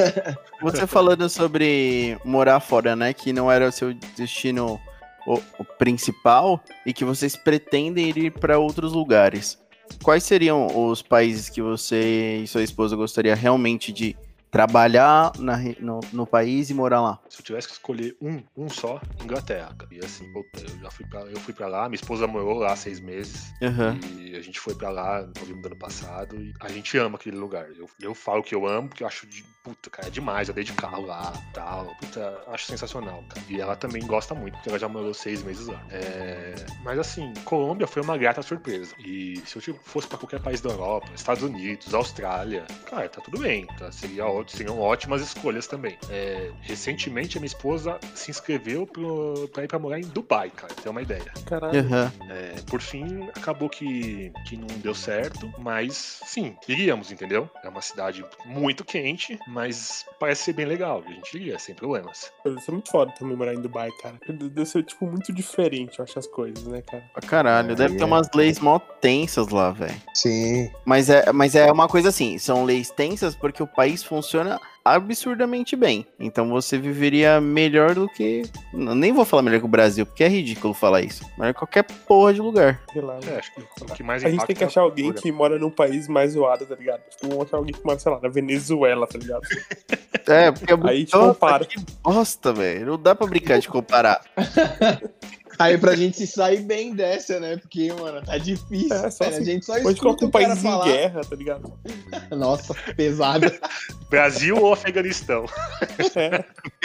Você falando sobre morar fora, né? Que não era o seu destino o, o principal e que vocês pretendem ir para outros lugares. Quais seriam os países que você e sua esposa gostaria realmente de trabalhar na re- no, no país e morar lá? Se eu tivesse que escolher um, um só, Inglaterra, cara. E assim, puta, eu já fui pra, eu fui pra lá, minha esposa morou lá há seis meses. Aham. E a gente foi pra lá no novembro do ano passado. E a gente ama aquele lugar. Eu, eu falo que eu amo, porque eu acho de. Puta, cara, é demais. Eu dei de carro lá tal. Puta, acho sensacional, cara. E ela também gosta muito, porque ela já morou seis meses lá. É, mas assim, Colômbia foi uma grata surpresa. E se eu tipo, fosse pra qualquer país da Europa, Estados Unidos, Austrália, cara, tá tudo bem. Tá? Seria ótimo. Seriam ótimas escolhas também. É, recentemente, a minha esposa se inscreveu pro, pra ir pra morar em Dubai, cara, pra ter uma ideia. Caralho. Aham. É, por fim, acabou que, que não deu certo, mas sim, iríamos, entendeu? É uma cidade muito quente, mas parece ser bem legal. A gente iria, sem problemas. Deve ser muito foda também morar em Dubai, cara. Deve ser, tipo, muito diferente, eu acho, as coisas, né, cara? Pra caralho. Deve É, ter é. umas leis mó tensas lá, velho. Sim. Mas é, mas é uma coisa assim, são leis tensas porque o país funciona absurdamente bem. Então você viveria melhor do que... Não, nem vou falar melhor que o Brasil, porque é ridículo falar isso. Melhor que qualquer porra de lugar. Sei lá. É, acho que o que mais A gente impacta tem que é a achar alguém cultura. que mora num país mais zoado, tá ligado? Tipo, vamos achar alguém que mora, sei lá, na Venezuela, tá ligado? É, porque é muito... Aí a gente compara. Que bosta, velho. Não dá pra brincar de comparar. Aí pra gente se sair bem dessa, né? Porque, mano, tá difícil. É, só velho. assim, A gente só Pode escuta colocar um o cara país em falar. guerra, tá ligado? Nossa, pesado. Brasil ou Afeganistão? É.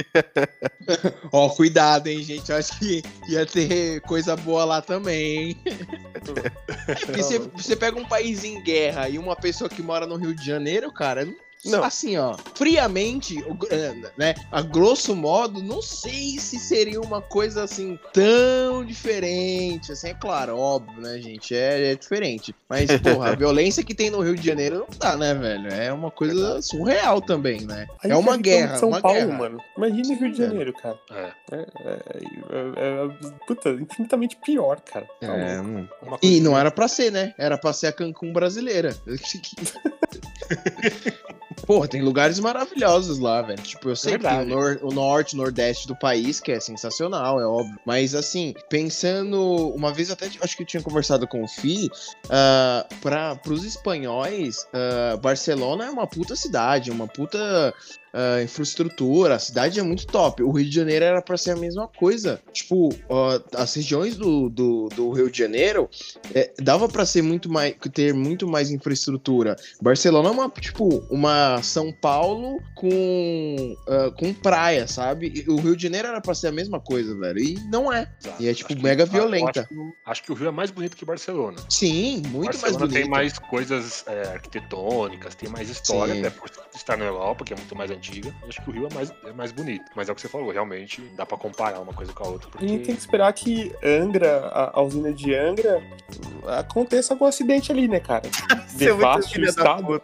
Ó, cuidado, hein, gente. Eu acho que ia ter coisa boa lá também, hein? Porque você, você pega um país em guerra e uma pessoa que mora no Rio de Janeiro, cara, Não. assim, ó, friamente, o- né, a grosso modo, não sei se seria uma coisa assim tão diferente, assim, é claro, óbvio, né, gente, é, é diferente, mas, porra, a violência que tem no Rio de Janeiro não dá, né, velho, é uma coisa surreal também, né, A é gente uma reclama guerra, de São uma Paulo, guerra. mano. Imagina o Rio de Sim, Janeiro, cara. É. É, é, é, é, puta, infinitamente pior, cara. Tá É, louco. hum. Uma coisa E que não me- era pra ser, né? Era pra ser a Cancún brasileira. Pô, tem lugares maravilhosos lá, velho. Tipo, eu sei que tem o, Verdade. nor- o norte, o nordeste do país, que é sensacional, é óbvio. Mas, assim, pensando... Uma vez até acho que eu tinha conversado com o Fi, uh, para pros espanhóis, uh, Barcelona é uma puta cidade, uma puta... Uh, infraestrutura, a cidade é muito top. O Rio de Janeiro era pra ser a mesma coisa. Tipo, uh, as regiões do, do, do Rio de Janeiro é, dava pra ser muito mais, ter muito mais infraestrutura. Barcelona é uma, tipo, uma São Paulo com, uh, com praia, sabe? E o Rio de Janeiro era pra ser a mesma coisa, velho. E não é. Exato. E é, tipo, Acho que- mega eu violenta. Acho que, acho que o Rio é mais bonito que Barcelona. Sim, muito mais Barcelona bonito. tem mais coisas é, arquitetônicas, tem mais história, Sim. até por estar na Europa, que é muito mais antiga. Acho que o Rio é mais, é mais bonito. Mas é o que você falou, realmente dá pra comparar uma coisa com a outra. A Porque... gente tem que esperar que Angra, a, a usina de Angra, aconteça algum acidente ali, né, cara? Você é muito Devaste o filha da estado.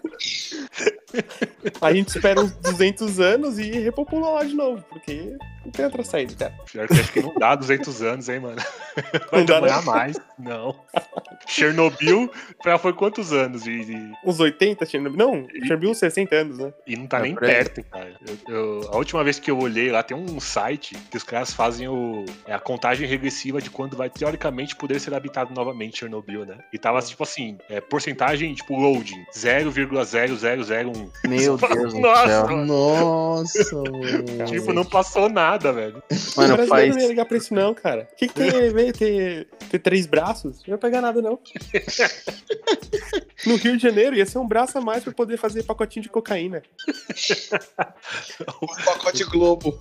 A gente espera uns duzentos anos e repopula lá de novo, porque não tem outra saída, cara. Pior que acho que não dá duzentos anos, hein, mano? Vai Não dá, demorar não? mais. Não. Chernobyl já foi quantos anos? E, e, Uns oitenta, Chernobyl. Não, Chernobyl sessenta anos, né? e não tá Tá nem por aí. perto, cara. Eu- eu- a última vez que eu olhei lá, tem um site que os caras fazem o, é a contagem regressiva de quando vai teoricamente poder ser habitado novamente Chernobyl, né? E tava tipo assim, é, porcentagem tipo loading, zero vírgula zero zero zero um. Meu Deus do Nossa, céu. mano. Nossa, mano. Tipo, não passou nada, velho. Mano, o brasileiro faz. não ia ligar pra isso, não, cara. O que, que tem a ver ter, ter três braços? Não ia pegar nada, não. No Rio de Janeiro ia ser um braço a mais pra poder fazer pacotinho de cocaína. Um pacote Globo.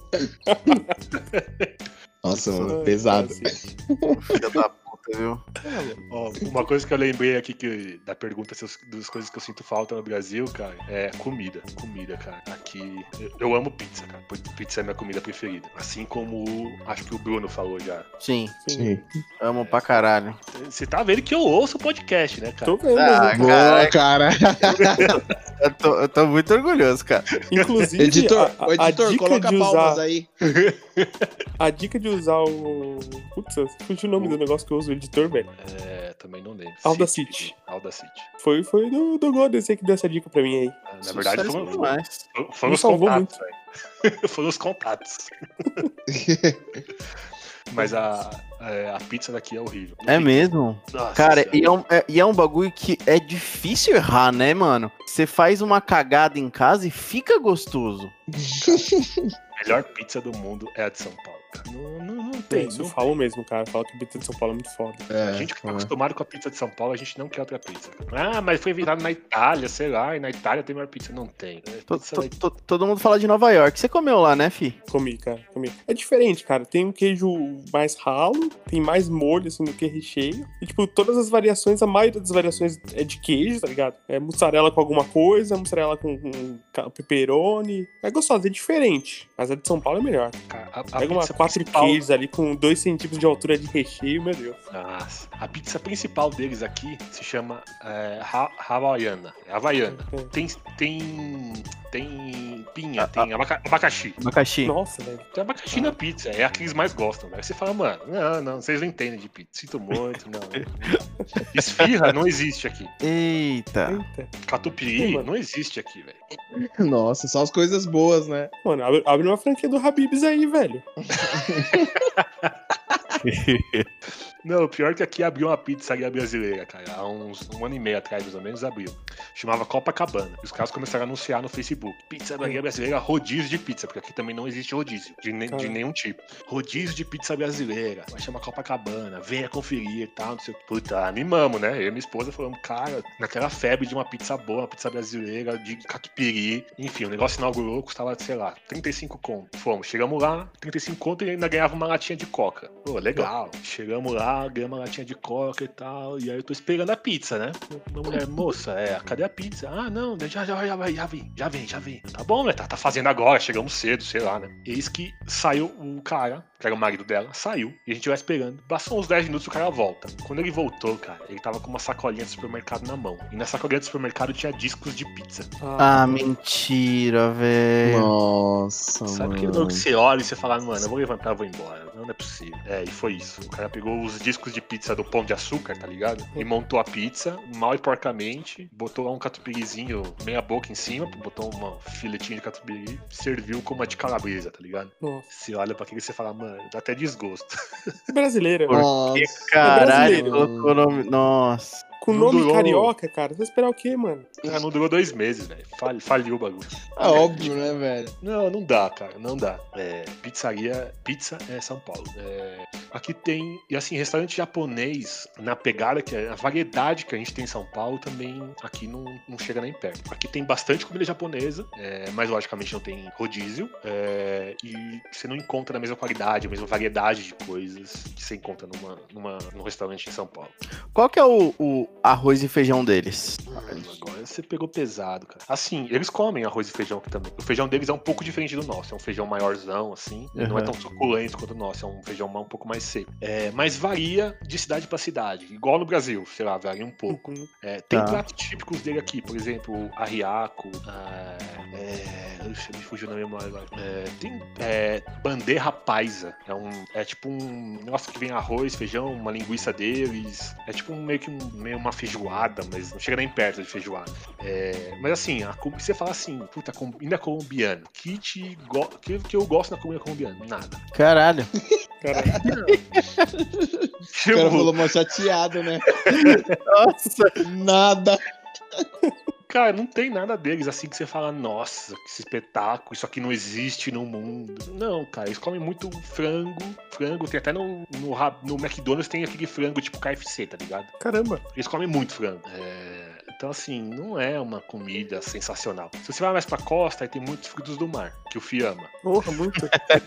Nossa, mano, pesado. Filha da puta, viu? Ó, uma coisa que eu lembrei aqui que, da pergunta se eu- das coisas que eu sinto falta no Brasil, cara, é comida. Comida, cara. Aqui. Eu, eu amo pizza, cara. Pizza é minha comida preferida. Assim como acho que o Bruno falou já. Sim, Sim. amo pra caralho. Você tá vendo que eu ouço o podcast, né, cara? Tô vendo, Ah, né? Boa, cara. Eu tô, eu tô muito orgulhoso, cara. Inclusive, Editor, a, a, ô, editor, a dica coloca de palmas usar, aí. a dica de usar o... Putz, eu esqueci o nome do negócio que eu uso, o editor, velho. É, também não lembro. Audacity. Audacity. Foi, foi do, do Godesse que deu essa dica pra mim aí. Na verdade, Sucesso foram, demais. foram, foram Me os salvou contatos, velho. Foram os contatos. Mas a, a, a pizza daqui é horrível. É mesmo? Nossa Cara, Senhora. e é, um, é- e é um bagulho que é difícil errar, né, mano? Você faz uma cagada em casa e fica gostoso. A melhor pizza do mundo é a de São Paulo, cara. Não, não, não tem. Isso eu não falo mesmo, cara. Falo que a pizza de São Paulo é muito foda. É, A gente que tá é. acostumado com a pizza de São Paulo, a gente não quer outra pizza. Ah, mas foi virado na Itália, sei lá, e na Itália tem melhor pizza. Não tem. É To- pizza to- da- to- todo mundo fala de Nova York. Você comeu lá, né, fi? Comi, cara, comi. É diferente, cara. Tem um queijo mais ralo, tem mais molho, assim, do que recheio. E, tipo, todas as variações, a maioria das variações é de queijo, tá ligado? É mussarela com alguma coisa, mussarela com, com ca- pepperoni. É gostoso, é diferente. Mas a de São Paulo é melhor. Cara, a, a Pega uma pizza quatro principal- queijos ali com dois centímetros de altura de recheio, meu Deus. Nossa. A pizza principal deles aqui se chama é, ha- Havaiana. É Havaiana. É. Tem, tem, tem pinha, tem abaca- abacaxi. Abacaxi. Nossa, velho. Tem abacaxi na pizza, é a que eles mais gostam. Né? Aí você fala, mano, não, não, vocês não entendem de pizza. Sinto muito, não. Esfirra não existe aqui. Eita. Eita. Catupiry Sim, mano. não existe aqui, velho. Nossa, só as coisas boas, né? Mano, abre, abre uma franquia do Habib's aí, velho. Não, o pior é que aqui abriu uma pizzaria brasileira, cara. Há uns um ano e meio atrás, mais ou menos, abriu. Chamava Copacabana. E os caras começaram a anunciar no Facebook. Pizzaria brasileira, rodízio de pizza, porque aqui também não existe rodízio, de, ne- de Caramba. nenhum tipo. Rodízio de pizza brasileira. Vai chamar Copacabana, venha conferir e tal, não sei o que. Puta, animamos, né? Eu e minha esposa falamos, cara, naquela febre de uma pizza boa, uma pizza brasileira, de catupiry. Enfim, o negócio inaugurou, custava, sei lá, trinta e cinco conto. Fomos, chegamos lá, trinta e cinco conto e ainda ganhava uma latinha de coca. Pô, legal. Chegamos lá, ganhamos uma latinha de coca e tal. E aí eu tô esperando a pizza, né? Uma mulher, moça, é, cadê a pizza? Ah, não, já, já, já, vai, já vem, já vem, já vem. Tá bom, né? Tá, tá fazendo agora, chegamos cedo, sei lá, né? Eis que saiu o cara, que era o marido dela, saiu. E a gente vai esperando. Passou uns dez minutos e o cara volta. Quando ele voltou, cara, ele tava com uma sacolinha de supermercado na mão. E na sacolinha de supermercado tinha discos de pizza. Ah, mentira, velho. Nossa, Sabe mano. que que você olha e você fala, mano, eu vou levantar, eu vou embora. Não, não é possível. É, e foi isso. O cara pegou os discos de pizza do Pão de Açúcar, tá ligado? E montou a pizza, mal e porcamente, botou lá um catupiryzinho meia boca em cima, botou uma filetinha de catupiry, serviu com uma de calabresa, tá ligado? Nossa. Você olha pra aquilo e você fala, mano, dá até desgosto. Brasileira, Por mano. Nossa. Caralho, brasileiro. colocou o nome. Nossa. Com Não nome durou. carioca, cara. Você vai esperar o quê, mano? Ah, não durou dois meses, velho. Fal- Faliu o bagulho. É óbvio, né, velho? Não, não dá, cara, não dá. É, pizzaria, pizza é São Paulo. É, aqui tem, e assim, restaurante japonês, na pegada, que é a variedade que a gente tem em São Paulo, também aqui não, não chega nem perto. Aqui tem bastante comida japonesa, é, mas logicamente não tem rodízio, é, e você não encontra a mesma qualidade, a mesma variedade de coisas que você encontra numa, numa, num restaurante em São Paulo. Qual que é o, o arroz e feijão deles? Agora você pegou pesado, cara. Assim, eles comem arroz e feijão aqui também. O feijão deles é um pouco diferente do nosso. É um feijão maiorzão, assim. Uhum. Não é tão suculento quanto o nosso. É um feijão um pouco mais seco. É, mas varia de cidade pra cidade. Igual no Brasil, sei lá, varia um pouco. Uhum. É, tem Tá. pratos típicos dele aqui. Por exemplo, arriaco. Ah, é, Ixi, me fugiu na memória agora. É, tem é, bandeja paisa. É, um, é tipo um negócio que vem arroz, feijão, uma linguiça deles. É tipo um, meio que um, meio uma feijoada, mas não chega nem perto de feijoada. É, mas assim, a, com- você fala assim, puta, comida colombiana. Que, te go, que, que eu gosto na comida colombiana? Nada. Caralho. Cara, O cara falou mal chateado, né? Nossa. Nada. Cara, não tem nada deles assim que você fala, nossa, que esse espetáculo, isso aqui não existe no mundo. Não, cara, eles comem muito frango, frango, tem até no, no, ra- no McDonald's tem aquele frango tipo K F C, tá ligado? caramba. Eles comem muito frango. É, então, assim, não é uma comida sensacional. Se você vai mais pra costa, aí tem muitos frutos do mar, que o Fih ama. Porra, muito.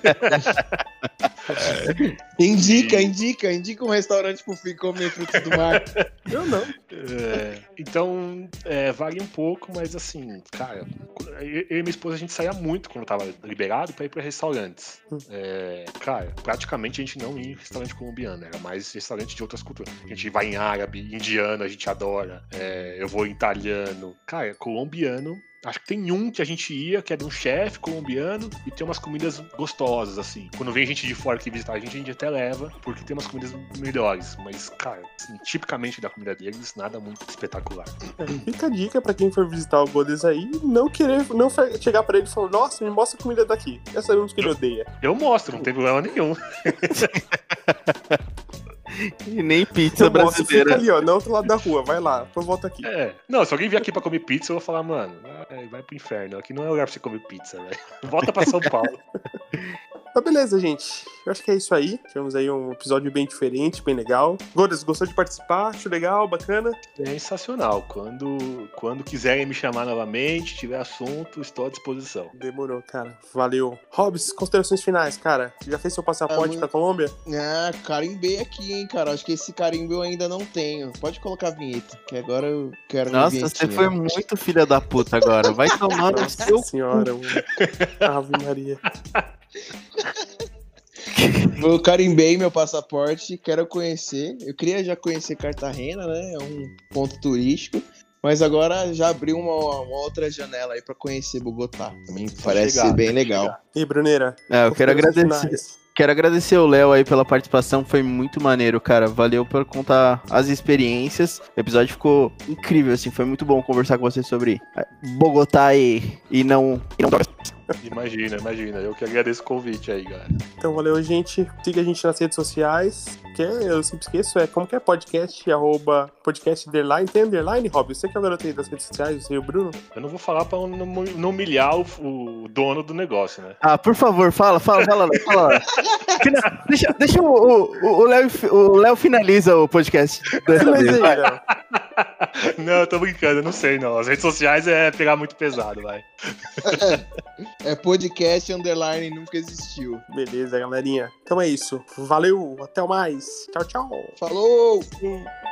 Indica, indica, indica um restaurante pro filho comer frutos do mar. Eu não. É, então, é, varia um pouco, mas assim, cara, eu eu e minha esposa a gente saía muito quando tava liberado pra ir pra restaurantes. É, cara, praticamente a gente não ia em restaurante colombiano, era mais restaurante de outras culturas. A gente vai em árabe, indiano, a gente adora. É, eu vou em italiano. Cara, colombiano. Acho que tem um que a gente ia, que é de um chefe colombiano, e tem umas comidas gostosas, assim. Quando vem gente de fora aqui visitar a gente, a gente até leva, porque tem umas comidas melhores. Mas, cara, assim, tipicamente da comida deles, nada muito espetacular. Fica a dica pra quem for visitar o Godes aí, não querer, não fe- chegar pra ele e falar, nossa, me mostra a comida daqui. Já sabemos que ele odeia. Eu mostro, não tem problema nenhum. E nem pizza Eu mostro, fica brasileira. ali, ó, no outro lado da rua, vai lá, depois volta aqui. É. Não, se alguém vier aqui pra comer pizza, eu vou falar, mano, vai, vai pro inferno. Aqui não é lugar pra você comer pizza, velho. Volta pra São Paulo. Mas beleza, gente. Eu acho que é isso aí. Tivemos aí um episódio bem diferente, bem legal. Godes, gostou de participar? Acho legal, bacana. Sensacional. Quando, quando quiserem me chamar novamente, tiver assunto, estou à disposição. Demorou, cara. Valeu. Hobbs, considerações finais, cara. Já fez seu passaporte Ah, pra Colômbia? Ah, carimbei aqui, hein, cara. Acho que esse carimbo eu ainda não tenho. Pode colocar a vinheta, que agora eu quero uma Nossa, você vinhetinha. foi muito filha da puta agora. Vai tomar no Nossa seu. senhora, mano. Ave Maria. Eu carimbei meu passaporte, quero conhecer. Eu queria já conhecer Cartagena, né? É um ponto turístico. Mas agora já abriu uma, uma outra janela aí pra conhecer Bogotá. Também parece chegar, ser bem pode legal. chegar. E Bruneira? É, eu quero considerações agradecer. finais. Quero agradecer o Léo aí pela participação, foi muito maneiro, cara. Valeu por contar as experiências. O episódio ficou incrível, assim, foi muito bom conversar com você sobre Bogotá e, e não. E não drogas. Imagina, imagina. Eu que agradeço o convite aí, galera. Então valeu, gente. Siga a gente nas redes sociais. Que é, eu sempre esqueço, é como que é podcast, arroba podcast underline. Tem underline, Rob? Você que é o garoto aí das redes sociais, você e o Bruno? Eu não vou falar pra não, não humilhar o, o dono do negócio, né? Ah, por favor, fala, fala, fala, Léo, fala. Fina- Deixa, deixa o, o, o Léo o Léo finaliza o podcast dessa Mas vez. aí, vai. Léo. Não, eu tô brincando, eu não sei não. As redes sociais é pegar muito pesado, vai. É podcast underline nunca existiu. Beleza, galerinha. Então é isso. Valeu, até mais. Tchau, tchau. Falou! Hum.